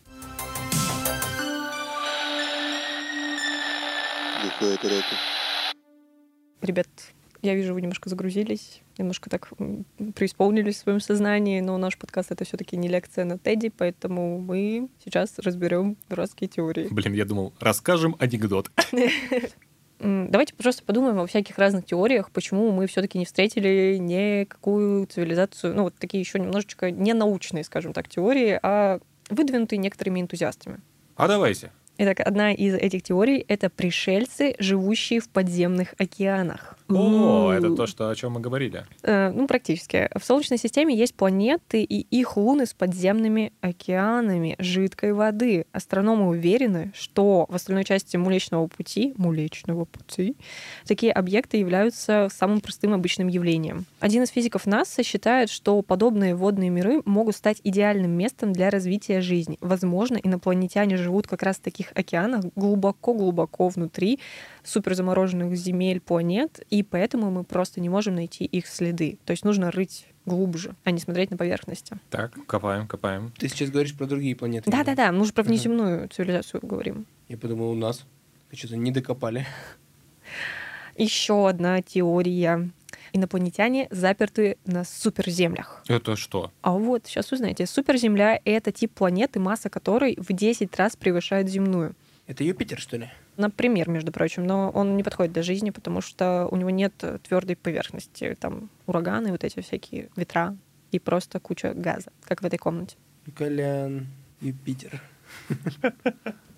Ребят, я вижу, вы немножко загрузились, немножко так м, преисполнились в своем сознании, но наш подкаст — это все-таки не лекция на Теди, поэтому мы сейчас разберем дурацкие теории. Блин, я думал, расскажем анекдот. М, Давайте просто подумаем о всяких разных теориях, почему мы все-таки не встретили никакую цивилизацию, ну вот такие еще немножечко не научные, скажем так, теории, а выдвинутые некоторыми энтузиастами. А давайте. Итак, одна из этих теорий — это пришельцы, живущие в подземных океанах. О, У. это то, что, о чем мы говорили. Э, Ну, практически. В Солнечной системе есть планеты и их луны с подземными океанами жидкой воды. Астрономы уверены, что в остальной части Млечного Пути, Млечного Пути, такие объекты являются самым простым обычным явлением. Один из физиков НАСА считает, что подобные водные миры могут стать идеальным местом для развития жизни. Возможно, инопланетяне живут как раз в таких океанах глубоко-глубоко внутри суперзамороженных земель планет, и поэтому мы просто не можем найти их следы. То есть нужно рыть глубже, а не смотреть на поверхности. Так, копаем, копаем. Ты сейчас говоришь про другие планеты. Да-да-да, мы же про внеземную цивилизацию говорим. Я подумал, у нас. Что-то не докопали. Еще одна теория. Инопланетяне заперты на суперземлях. Это что? А вот, сейчас узнаете. Суперземля — это тип планеты, масса которой в десять раз превышает земную. Это Юпитер, что ли? Например, между прочим, но он не подходит для жизни, потому что у него нет твердой поверхности. Там ураганы, вот эти всякие ветра и просто куча газа, как в этой комнате. Колян, Юпитер.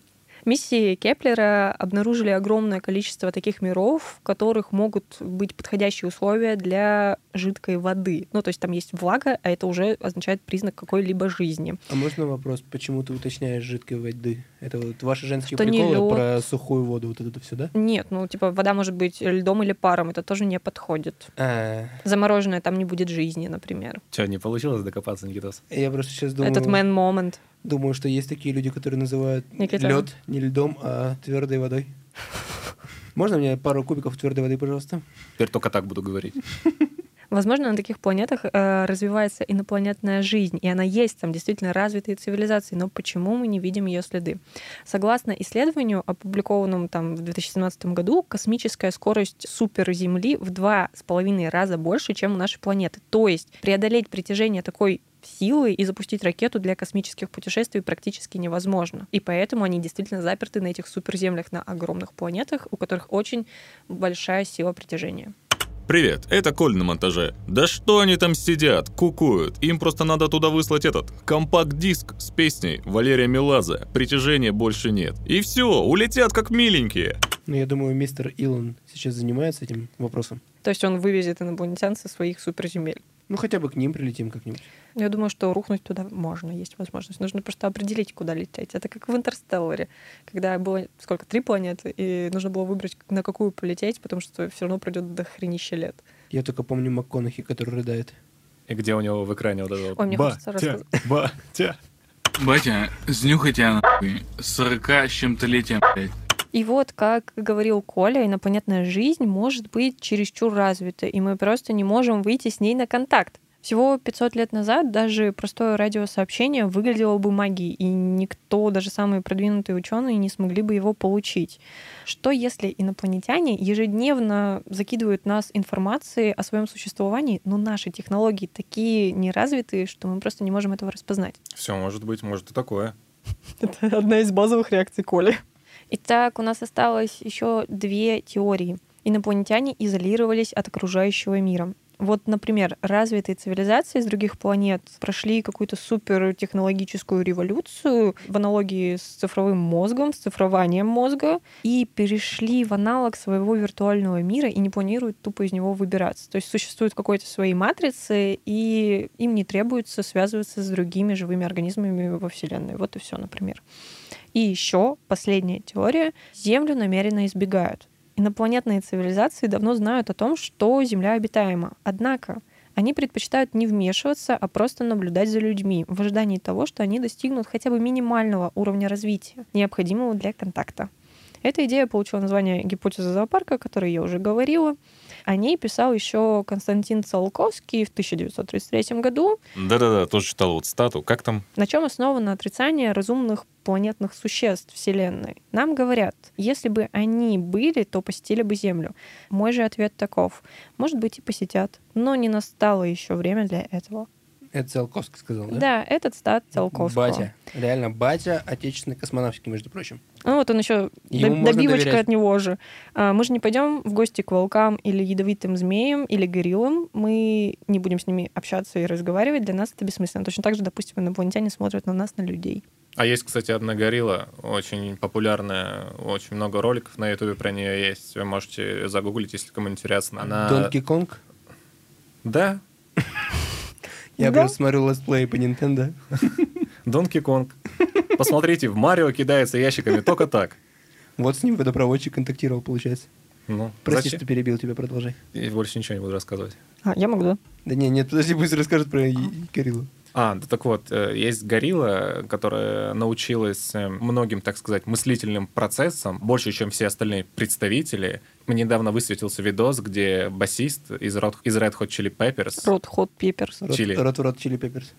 Миссии Кеплера обнаружили огромное количество таких миров, в которых могут быть подходящие условия для жидкой воды. Ну, то есть там есть влага, а это уже означает признак какой-либо жизни. А можно вопрос, почему ты уточняешь жидкой воды? Это вот ваши женские Что не приколы лёд. про сухую воду, вот это все, да? Нет, ну, типа, вода может быть льдом или паром, это тоже не подходит. А, Замороженная, там не будет жизни, например. Че, не получилось докопаться, Никитос? я просто сейчас думаю... Этот man-moment. Думаю, что есть такие люди, которые называют Никита. лед не льдом, а твердой водой. Можно мне пару кубиков твердой воды, пожалуйста? Теперь только так буду говорить. Возможно, на таких планетах э, развивается инопланетная жизнь, и она есть, там действительно развитые цивилизации, но почему мы не видим ее следы? Согласно исследованию, опубликованному там в две тысячи семнадцатом году, космическая скорость суперземли в два с половиной раза больше, чем у нашей планеты. То есть преодолеть притяжение такой силы и запустить ракету для космических путешествий практически невозможно. И поэтому они действительно заперты на этих суперземлях, на огромных планетах, у которых очень большая сила притяжения. Привет, это Коль на монтаже. Да что они там сидят, кукуют? Им просто надо туда выслать этот компакт-диск с песней Валерия Меладзе «Притяжения больше нет». И все, улетят как миленькие. Ну, я думаю, мистер Илон сейчас занимается этим вопросом. То есть он вывезет инопланетян со своих суперземель. Ну, хотя бы к ним прилетим как-нибудь. Я думаю, что рухнуть туда можно, есть возможность. Нужно просто определить, куда лететь. Это как в «Интерстелларе», когда было, сколько, три планеты, и нужно было выбрать, на какую полететь, потому что все равно пройдет до хренища лет. Я только помню МакКонахи, который рыдает. И где у него в экране вот это вот Ой, мне хочется «Батя, рассказать. батя». Батя, снюхай тебя нахуй. Сорока с чем-то летием, блядь. И вот, как говорил Коля, инопланетная жизнь может быть чересчур развита, и мы просто не можем выйти с ней на контакт. Всего пятьсот лет назад даже простое радиосообщение выглядело бы магией, и никто, даже самые продвинутые ученые, не смогли бы его получить. Что если инопланетяне ежедневно закидывают нас информацией о своем существовании, но наши технологии такие неразвитые, что мы просто не можем этого распознать? Все может быть, может и такое. Это одна из базовых реакций Коли. Итак, у нас осталось еще две теории. Инопланетяне изолировались от окружающего мира. Вот, например, развитые цивилизации с других планет прошли какую-то супертехнологическую революцию в аналогии с цифровым мозгом, с цифрованием мозга, и перешли в аналог своего виртуального мира и не планируют тупо из него выбираться. То есть существуют какой-то свои матрицы, и им не требуется связываться с другими живыми организмами во Вселенной. Вот и все, например. И еще последняя теория. Землю намеренно избегают. Инопланетные цивилизации давно знают о том, что Земля обитаема. Однако они предпочитают не вмешиваться, а просто наблюдать за людьми в ожидании того, что они достигнут хотя бы минимального уровня развития, необходимого для контакта. Эта идея получила название «Гипотеза зоопарка», о которой я уже говорила. О ней писал еще Константин Циолковский в тысяча девятьсот тридцать третьем году. Да-да-да, тоже читал вот стату. Как там? На чем основано отрицание разумных планетных существ Вселенной. Нам говорят, если бы они были, то посетили бы Землю. Мой же ответ таков. Может быть, и посетят, но не настало еще время для этого. Это Циолковский сказал, да? Да, этот стат Циолковского. Батя. Реально, батя отечественной космонавтики, между прочим. Ну вот он еще Ему можно добивочка доверять. от него же. А, мы же не пойдем в гости к волкам или ядовитым змеям или гориллам. Мы не будем с ними общаться и разговаривать. Для нас это бессмысленно. Точно так же, допустим, инопланетяне смотрят на нас, на людей. А есть, кстати, одна горилла, очень популярная, очень много роликов на Ютубе про нее есть. Вы можете загуглить, если кому интересно. Она... Донки Конг? Да, Я Да. просто смотрю летсплей по Nintendo. Донки Конг. Посмотрите, в Марио кидается ящиками только так. Вот с ним водопроводчик контактировал, получается. Ну, Прости, зачем? что перебил тебя, продолжай. Я больше ничего не буду рассказывать. А, я могу, да? Да не, нет, подожди, пусть расскажет про и- гориллу. А, да так вот, э, есть горилла, которая научилась э, многим, так сказать, мыслительным процессам, больше, чем все остальные представители. Мне недавно высветился видос, где басист из Red, из Red Hot Chili Peppers, Рот Hot Peppers. Чили. Рот в рот чили пепперс.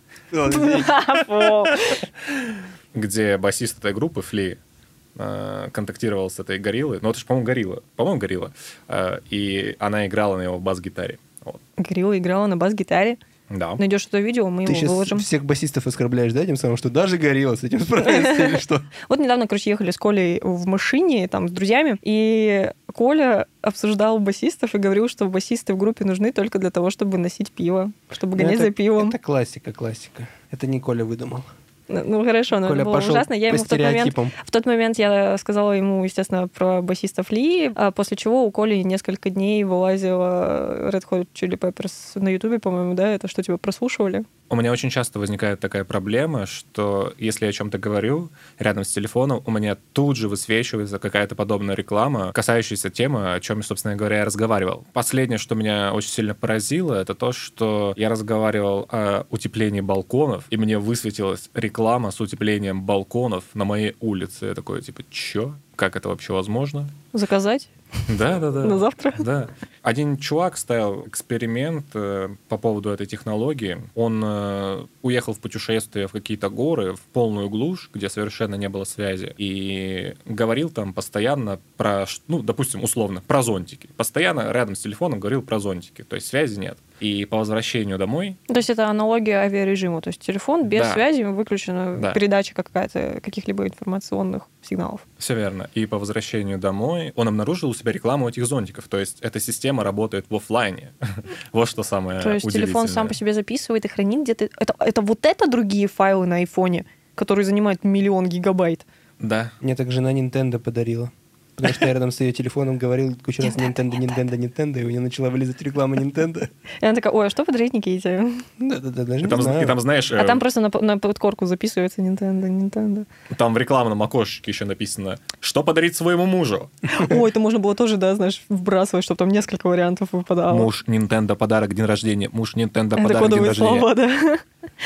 где басист этой группы, Фли, э, контактировал с этой гориллой. Ну, это же, по-моему, горилла. По-моему, горилла. Э, и она играла на его бас-гитаре. Вот. Горилла играла на бас-гитаре. Да. Найдешь это видео, мы Ты его сейчас выложим. всех басистов оскорбляешь, да, тем самым, что даже горилла с этим справится или что? Вот недавно, короче, ехали с Колей в машине, там, с друзьями, и Коля обсуждал басистов и говорил, что басисты в группе нужны только для того, чтобы носить пиво, чтобы Ну, гонять это- за пивом. Это классика, классика. Это не Коля выдумал. Ну, хорошо, но Коля это было пошел ужасно. Я по ему в тот момент стереотипам. В тот момент я сказала ему, естественно, про басистов Ли, а после чего у Коли несколько дней вылазила Red Hot Chili Peppers на Ютубе, по-моему, да? Это что, типа, прослушивали? У меня очень часто возникает такая проблема, что если я о чем-то говорю рядом с телефоном, у меня тут же высвечивается какая-то подобная реклама, касающаяся темы, о чем, собственно говоря, я разговаривал. Последнее, что меня очень сильно поразило, это то, что я разговаривал о утеплении балконов, и мне высветилась реклама с утеплением балконов на моей улице. Я такой, типа, чё? Как это вообще возможно? Заказать? Да, да, да. На завтра? Да. Один чувак ставил эксперимент э, по поводу этой технологии. Он э, уехал в путешествие в какие-то горы, в полную глушь, где совершенно не было связи, и говорил там постоянно про, ну, допустим, условно, про зонтики. Постоянно рядом с телефоном говорил про зонтики, то есть связи нет. И по возвращению домой... То есть это аналогия авиарежиму, то есть телефон без Да. связи, выключена Да. передача какая-то, каких-либо информационных сигналов. Все верно. И по возвращению домой он обнаружил у себя рекламу этих зонтиков. То есть эта система работает в оффлайне. Вот что самое То есть удивительное. телефон сам по себе записывает и хранит где-то... Это, это вот это другие файлы на айфоне, которые занимают миллион гигабайт. Да. Мне так жена Nintendo подарила. Потому что я рядом с ее телефоном говорил кучу раз Nintendo, Nintendo, Nintendo, и у меня начала вылезать реклама Nintendo. И она такая, ой, а что подарить Никите? Да-да-да, даже И не там, знаю. и там, знаешь, А э, там просто на, на подкорку записывается Nintendo, Nintendo. там в рекламном окошечке еще написано, что подарить своему мужу. Ой, это можно было тоже, да, знаешь, вбрасывать, чтобы там несколько вариантов выпадало. Муж Nintendo подарок день рождения. Муж Nintendo Это подарок день кодовые рождения. слова, да.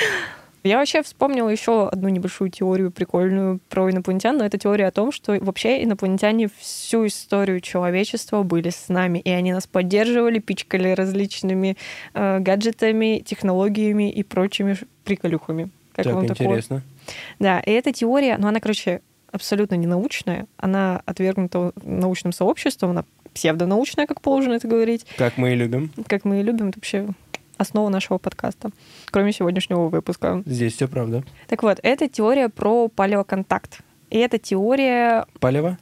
Я вообще вспомнила еще одну небольшую теорию прикольную про инопланетян, но это теория о том, что вообще инопланетяне всю историю человечества были с нами, и они нас поддерживали, пичкали различными э, гаджетами, технологиями и прочими ш- приколюхами. Как Так, вам интересно. такое? Да, и эта теория, ну она, короче, абсолютно не научная, она отвергнута научным сообществом, она псевдонаучная, как положено это говорить, Как мы и любим. как мы и любим, это вообще основа нашего подкаста, кроме сегодняшнего выпуска. Здесь все правда. Так вот, это теория про палеоконтакт. И это теория Палево?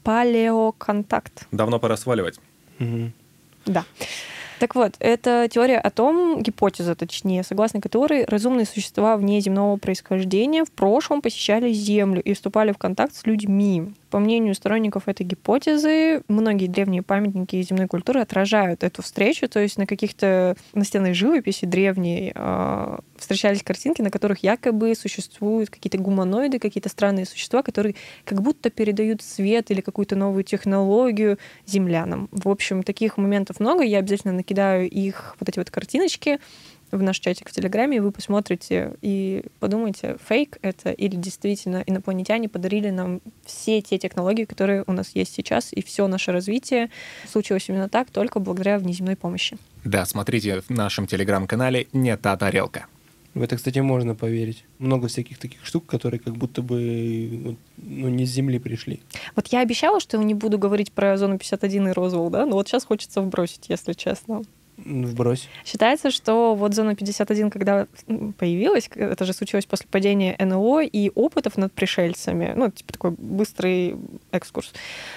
палеоконтакт. Давно пора сваливать. Мгм. Да. Так вот, это теория о том, гипотеза точнее, согласно которой разумные существа внеземного происхождения в прошлом посещали Землю и вступали в контакт с людьми. По мнению сторонников этой гипотезы, многие древние памятники земной культуры отражают эту встречу, то есть на каких-то настенной живописи древней э, встречались картинки, на которых якобы существуют какие-то гуманоиды, какие-то странные существа, которые как будто передают свет или какую-то новую технологию землянам. В общем, таких моментов много, я обязательно накидаю их, вот эти вот картиночки, в наш чатик в Телеграме, и вы посмотрите и подумайте, фейк это или действительно инопланетяне подарили нам все те технологии, которые у нас есть сейчас, и все наше развитие случилось именно так, только благодаря внеземной помощи. Да, смотрите в нашем телеграм-канале «Не та тарелка». В это, кстати, можно поверить. Много всяких таких штук, которые как будто бы вот, ну, не с Земли пришли. Вот я обещала, что не буду говорить про зону пятьдесят один и Розуэлл, да, но вот сейчас хочется вбросить, если честно. Ну, вбрось. Считается, что вот зона пятьдесят один, когда появилась, это же случилось после падения эн эл о и опытов над пришельцами, ну, типа такой быстрый экскурс,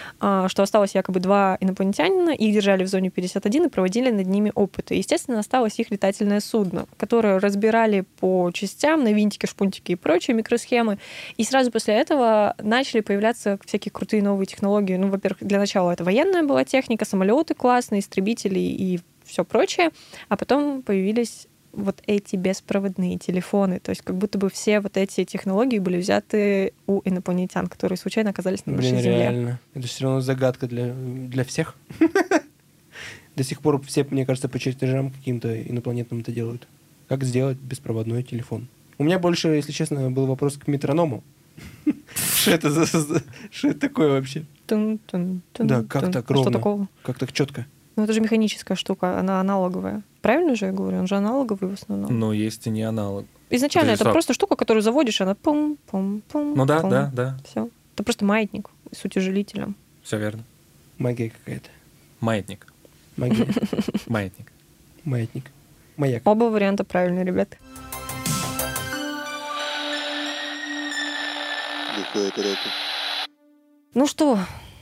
что осталось якобы два инопланетянина, их держали в зоне пятьдесят один и проводили над ними опыты. Естественно, осталось их летательное судно, которое разбирали по частям на винтики, шпунтики и прочие микросхемы. И сразу после этого начали появляться всякие крутые новые технологии. Ну, во-первых, для начала это военная была техника, самолеты классные, истребители и все прочее, а потом появились вот эти беспроводные телефоны. То есть как будто бы все вот эти технологии были взяты у инопланетян, которые случайно оказались на нашей Блин, Земле. реально. Это все равно загадка для, для всех. До сих пор все, мне кажется, по чертежам каким-то инопланетным это делают. Как сделать беспроводной телефон? У меня больше, если честно, был вопрос к метроному. Что это за... Что это такое вообще? Тун-тун-тун-тун. Да, как так А ровно? что такого? Как так четко? Ну, это же механическая штука, она аналоговая. Правильно же я говорю? Он же аналоговый в основном. Но есть и не аналог. Изначально Подожди, это стоп. просто штука, которую заводишь, она пум-пум-пум. Ну да, да, да, Все. Это просто маятник с утяжелителем. все верно. Магия какая-то. Маятник. Магия. Маятник. Маятник. Маяк. Оба варианта правильные, ребят. Ну что,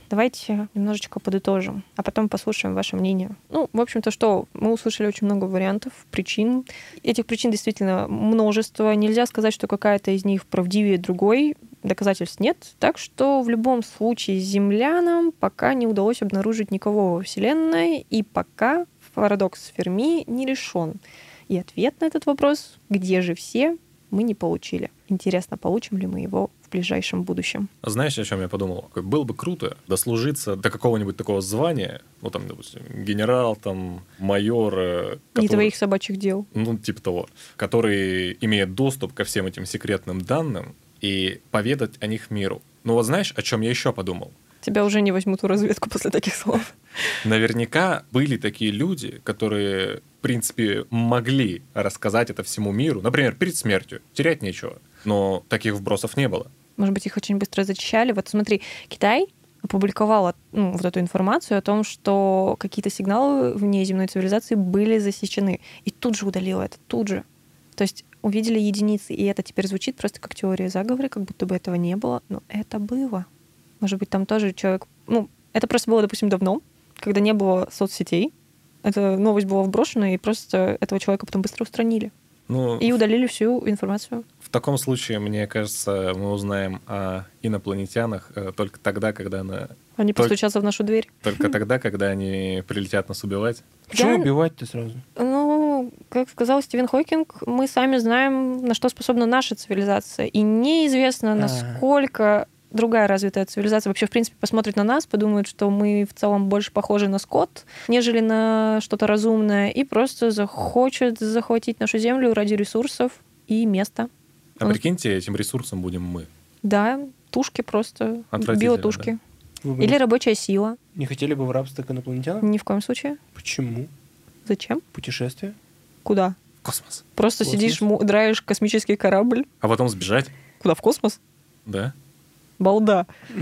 Давайте немножечко подытожим, а потом послушаем ваше мнение. Ну, в общем-то, что? Мы услышали очень много вариантов, причин. Этих причин действительно множество. Нельзя сказать, что какая-то из них правдивее другой. Доказательств нет. Так что в любом случае землянам пока не удалось обнаружить никого во Вселенной, и пока парадокс Ферми не решен. И ответ на этот вопрос, где же все, мы не получили. Интересно, получим ли мы его в ближайшем будущем. Знаешь, о чем я подумал? Было бы круто дослужиться до какого-нибудь такого звания, ну, там, допустим, генерал, там, майор... Который, не твоих собачьих дел. Ну, типа того. Который имеет доступ ко всем этим секретным данным и поведать о них миру. Ну, вот знаешь, о чем я еще подумал? Тебя уже не возьмут в разведку после таких слов. Наверняка были такие люди, которые, в принципе, могли рассказать это всему миру. Например, перед смертью. Терять нечего. Но таких вбросов не было. Может быть, их очень быстро зачищали. Вот смотри, Китай опубликовал ну, вот эту информацию о том, что какие-то сигналы внеземной цивилизации были засечены. И тут же удалило это, тут же. То есть увидели единицы, и это теперь звучит просто как теория заговора, как будто бы этого не было. Но это было. Может быть, там тоже человек... Ну, это просто было, допустим, давно, когда не было соцсетей. Эта новость была вброшена, и просто этого человека потом быстро устранили. Ну, и удалили всю информацию. В таком случае, мне кажется, мы узнаем о инопланетянах только тогда, когда... На... Они только... постучатся в нашу дверь. Только тогда, когда они прилетят нас убивать. Почему Я... убивать-то сразу? Ну, как сказал Стивен Хокинг, мы сами знаем, на что способна наша цивилизация. И неизвестно, насколько... другая развитая цивилизация вообще, в принципе, посмотрит на нас, подумает, что мы в целом больше похожи на скот, нежели на что-то разумное, и просто захочет захватить нашу Землю ради ресурсов и места. А Он... прикиньте, этим ресурсом будем мы. Да, тушки просто, биотушки. Да. Или рабочая сила. Не хотели бы в рабство к инопланетянам? Ни в коем случае. Почему? Зачем? Путешествие. Куда? Космос. Просто Космос. сидишь, драешь космический корабль. А потом сбежать. Куда, в космос? Да. Балда.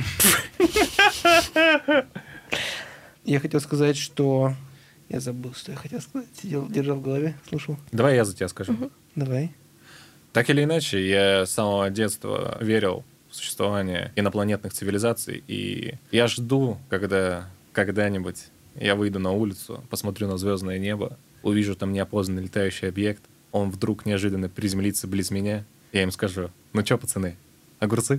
Я хотел сказать, что... Я забыл, что я хотел сказать. Сидел, держал в голове, слушал. Давай я за тебя скажу. Угу. Давай. Так или иначе, я с самого детства верил в существование инопланетных цивилизаций, и я жду, когда когда-нибудь я выйду на улицу, посмотрю на звездное небо, увижу там неопознанный летающий объект, он вдруг неожиданно приземлится близ меня, я им скажу: ну чё, пацаны, огурцы?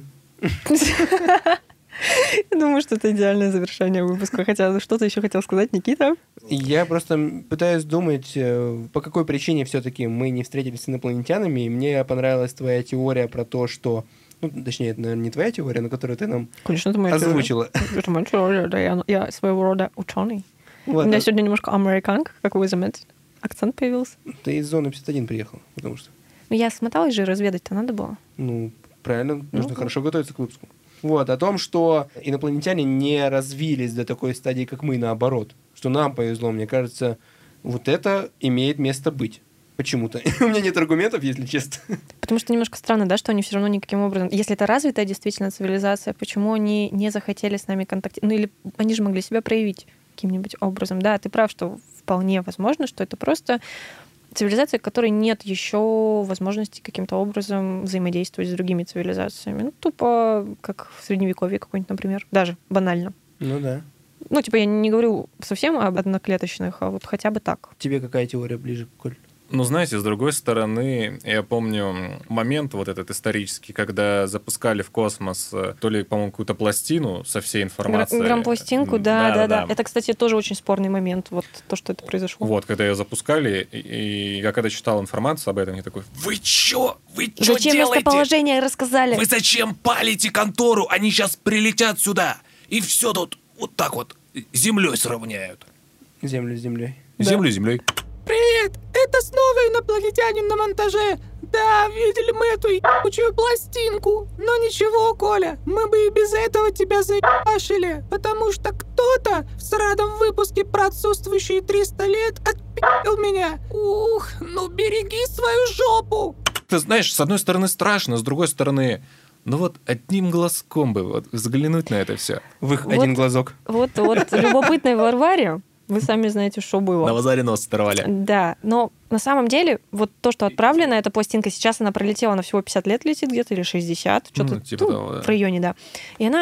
Я думаю, что это идеальное завершение выпуска. Хотя что-то еще хотел сказать, Никита? Я просто пытаюсь думать, по какой причине все-таки мы не встретились с инопланетянами. И мне понравилась твоя теория про то, что... Ну, точнее, это, наверное, не твоя теория, но которую ты нам Конечно, это моя озвучила. Теория. Это моя теория, да. Я, я своего рода ученый. Вот. У меня сегодня немножко американка, как вы заметили. Акцент появился. Ты из зоны пятьдесят один приехал, потому что... Ну, я смоталась же, разведать-то надо было. Ну, правильно, нужно Ну, хорошо готовиться к выпуску. Вот, о том, что инопланетяне не развились до такой стадии, как мы, наоборот. Что нам повезло, мне кажется, вот это имеет место быть. Почему-то. У меня нет аргументов, если честно. Потому что немножко странно, да, что они все равно никаким образом... Если это развитая действительно цивилизация, почему они не захотели с нами контактировать? Ну, или они же могли себя проявить каким-нибудь образом. Да, ты прав, что вполне возможно, что это просто цивилизация, которой нет еще возможности каким-то образом взаимодействовать с другими цивилизациями. Ну, тупо как в Средневековье какой-нибудь, например. Даже банально. Ну да. Ну, типа, я не говорю совсем об одноклеточных, а вот хотя бы так. Тебе какая теория ближе, Коль? Ну, знаете, с другой стороны, я помню момент вот этот исторический, когда запускали в космос то ли, по-моему, какую-то пластину со всей информацией. Грампластинку, да, да, да, да. Это, кстати, тоже очень спорный момент, вот то, что это произошло. Вот, когда ее запускали, и, и я когда читал информацию об этом, я такой: вы чё? Вы чё зачем делаете? местоположение рассказали? Вы зачем палите контору? Они сейчас прилетят сюда, и все тут вот так вот землей сравняют. Землю с землей. Землю с землей. Привет, это снова инопланетянин на монтаже. Да, видели мы эту ебучую пластинку. Но ничего, Коля, мы бы и без этого тебя заебашили. Потому что кто-то в срадом выпуске про отсутствующие триста лет отпи***л меня. Ух, ну береги свою жопу. Ты знаешь, с одной стороны страшно, с другой стороны, ну вот одним глазком бы вот взглянуть на это все. В их Вот. один глазок. Вот, вот, любопытной Варваре, вы сами знаете, что было. На базаре нос оторвали. Да, но на самом деле, вот то, что отправлено, эта пластинка, сейчас она пролетела, она всего пятьдесят лет летит где-то, или шестьдесят, что-то Ну, типа ну, того, да. в районе, да. И она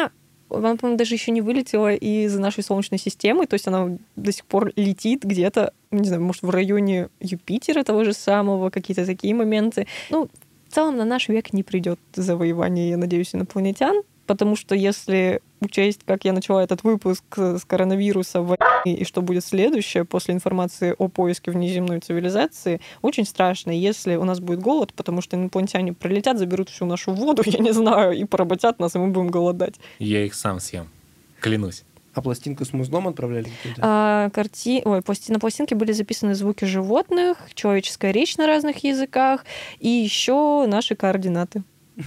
Она, по-моему, даже еще не вылетела из нашей Солнечной системы, то есть она до сих пор летит где-то, не знаю, может, в районе Юпитера того же самого, какие-то такие моменты. Ну, в целом на наш век не придет завоевание, я надеюсь, инопланетян, потому что если учесть, как я начала этот выпуск с коронавируса, войны и что будет следующее после информации о поиске внеземной цивилизации, очень страшно, если у нас будет голод, потому что инопланетяне прилетят, заберут всю нашу воду, я не знаю, и поработят нас, и мы будем голодать. Я их сам съем, клянусь. А пластинку с музлом отправляли какие-то? А, карти... Ой, пласти... На пластинке были записаны звуки животных, человеческая речь на разных языках и еще наши координаты.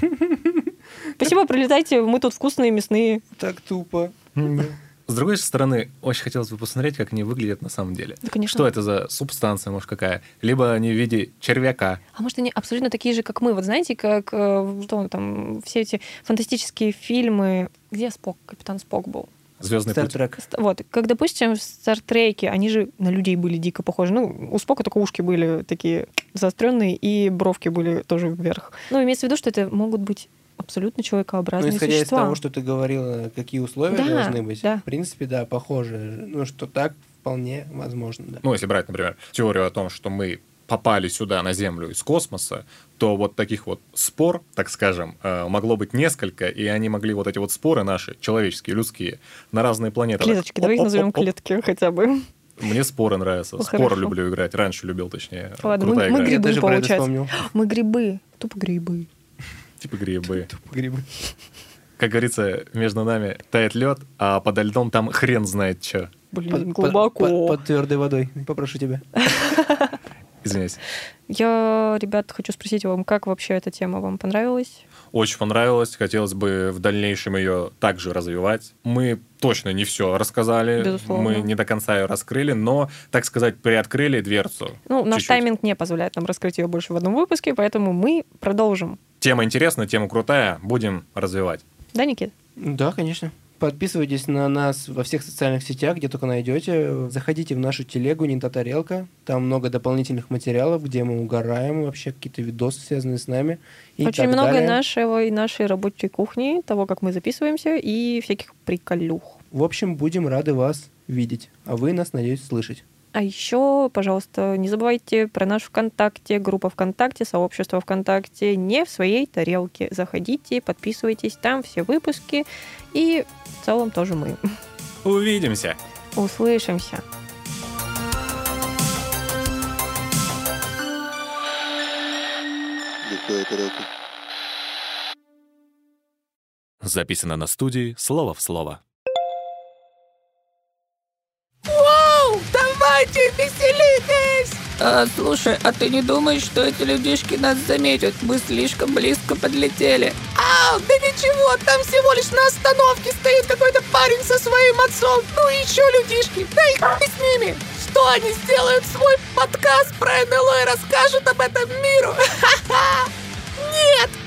Спасибо, прилетайте, мы тут вкусные, мясные. Так тупо. С другой стороны, очень хотелось бы посмотреть, как они выглядят на самом деле. Да, конечно. Что это за субстанция, может, какая? Либо они в виде червяка. А может, они абсолютно такие же, как мы. Вот знаете, как э, что там, все эти фантастические фильмы... Где Спок? Капитан Спок был? Звездный путь. Стартрек. Вот, как, допустим, в Стартреке, они же на людей были дико похожи. Ну, у Спока только ушки были такие заостренные, и бровки были тоже вверх. Ну, имеется в виду, что это могут быть абсолютно человекообразные Ну, исходя существа. из того, что ты говорила, какие условия Да, должны быть, да. в принципе, да, похоже. Ну, что так вполне возможно, да. Ну, если брать, например, теорию о том, что мы попали сюда, на Землю, из космоса, то вот таких вот спор, так скажем, могло быть несколько, и они могли вот эти вот споры наши, человеческие, людские, на разные планеты... Клеточки, так, давай их оп-оп-оп-оп. назовем клетки хотя бы. Мне споры нравятся. Ну, Спор хорошо. люблю играть. Раньше любил, точнее. Ладно, Крутая мы, мы игра. грибы, Я даже про это получается. вспомнил. Мы грибы. Тупо грибы. Типа грибы. Грибы. Как говорится, между нами тает лед, а подо льдом там хрен знает что. Блин, Под- глубоко. Под, под твердой водой. Попрошу тебя. Извиняюсь. Я, ребят, хочу спросить вам, как вообще эта тема вам понравилась? Очень понравилось. Хотелось бы в дальнейшем ее также развивать. Мы точно не все рассказали. Безусловно. Мы не до конца ее раскрыли, но, так сказать, приоткрыли дверцу. Ну, наш Чуть-чуть. тайминг не позволяет нам раскрыть ее больше в одном выпуске, поэтому мы продолжим. Тема интересная, тема крутая. Будем развивать. Да, Никит? Да, конечно. Подписывайтесь на нас во всех социальных сетях, где только найдете. Заходите в нашу телегу «Не та тарелка». Там много дополнительных материалов, где мы угораем, вообще какие-то видосы, связанные с нами. И Очень так много далее. нашего и нашей рабочей кухни, того, как мы записываемся, и всяких приколюх. В общем, будем рады вас видеть, а вы нас, надеюсь, слышать. А еще, пожалуйста, не забывайте про наш ВКонтакте, группа ВКонтакте, сообщество ВКонтакте «Не в своей тарелке». Заходите, подписывайтесь, там все выпуски, и в целом тоже мы. Увидимся! Услышимся! Записано на студии «Слово в слово». Вау, давайте веселитесь! А, слушай, а ты не думаешь, что эти людишки нас заметят? Мы слишком близко подлетели. А, да ничего, там всего лишь на остановке стоит какой-то парень со своим отцом. Ну и еще людишки, да и хуй с ними. Что они сделают свой подкаст про эн эл о и расскажут об этом миру? Ха-ха! Нет,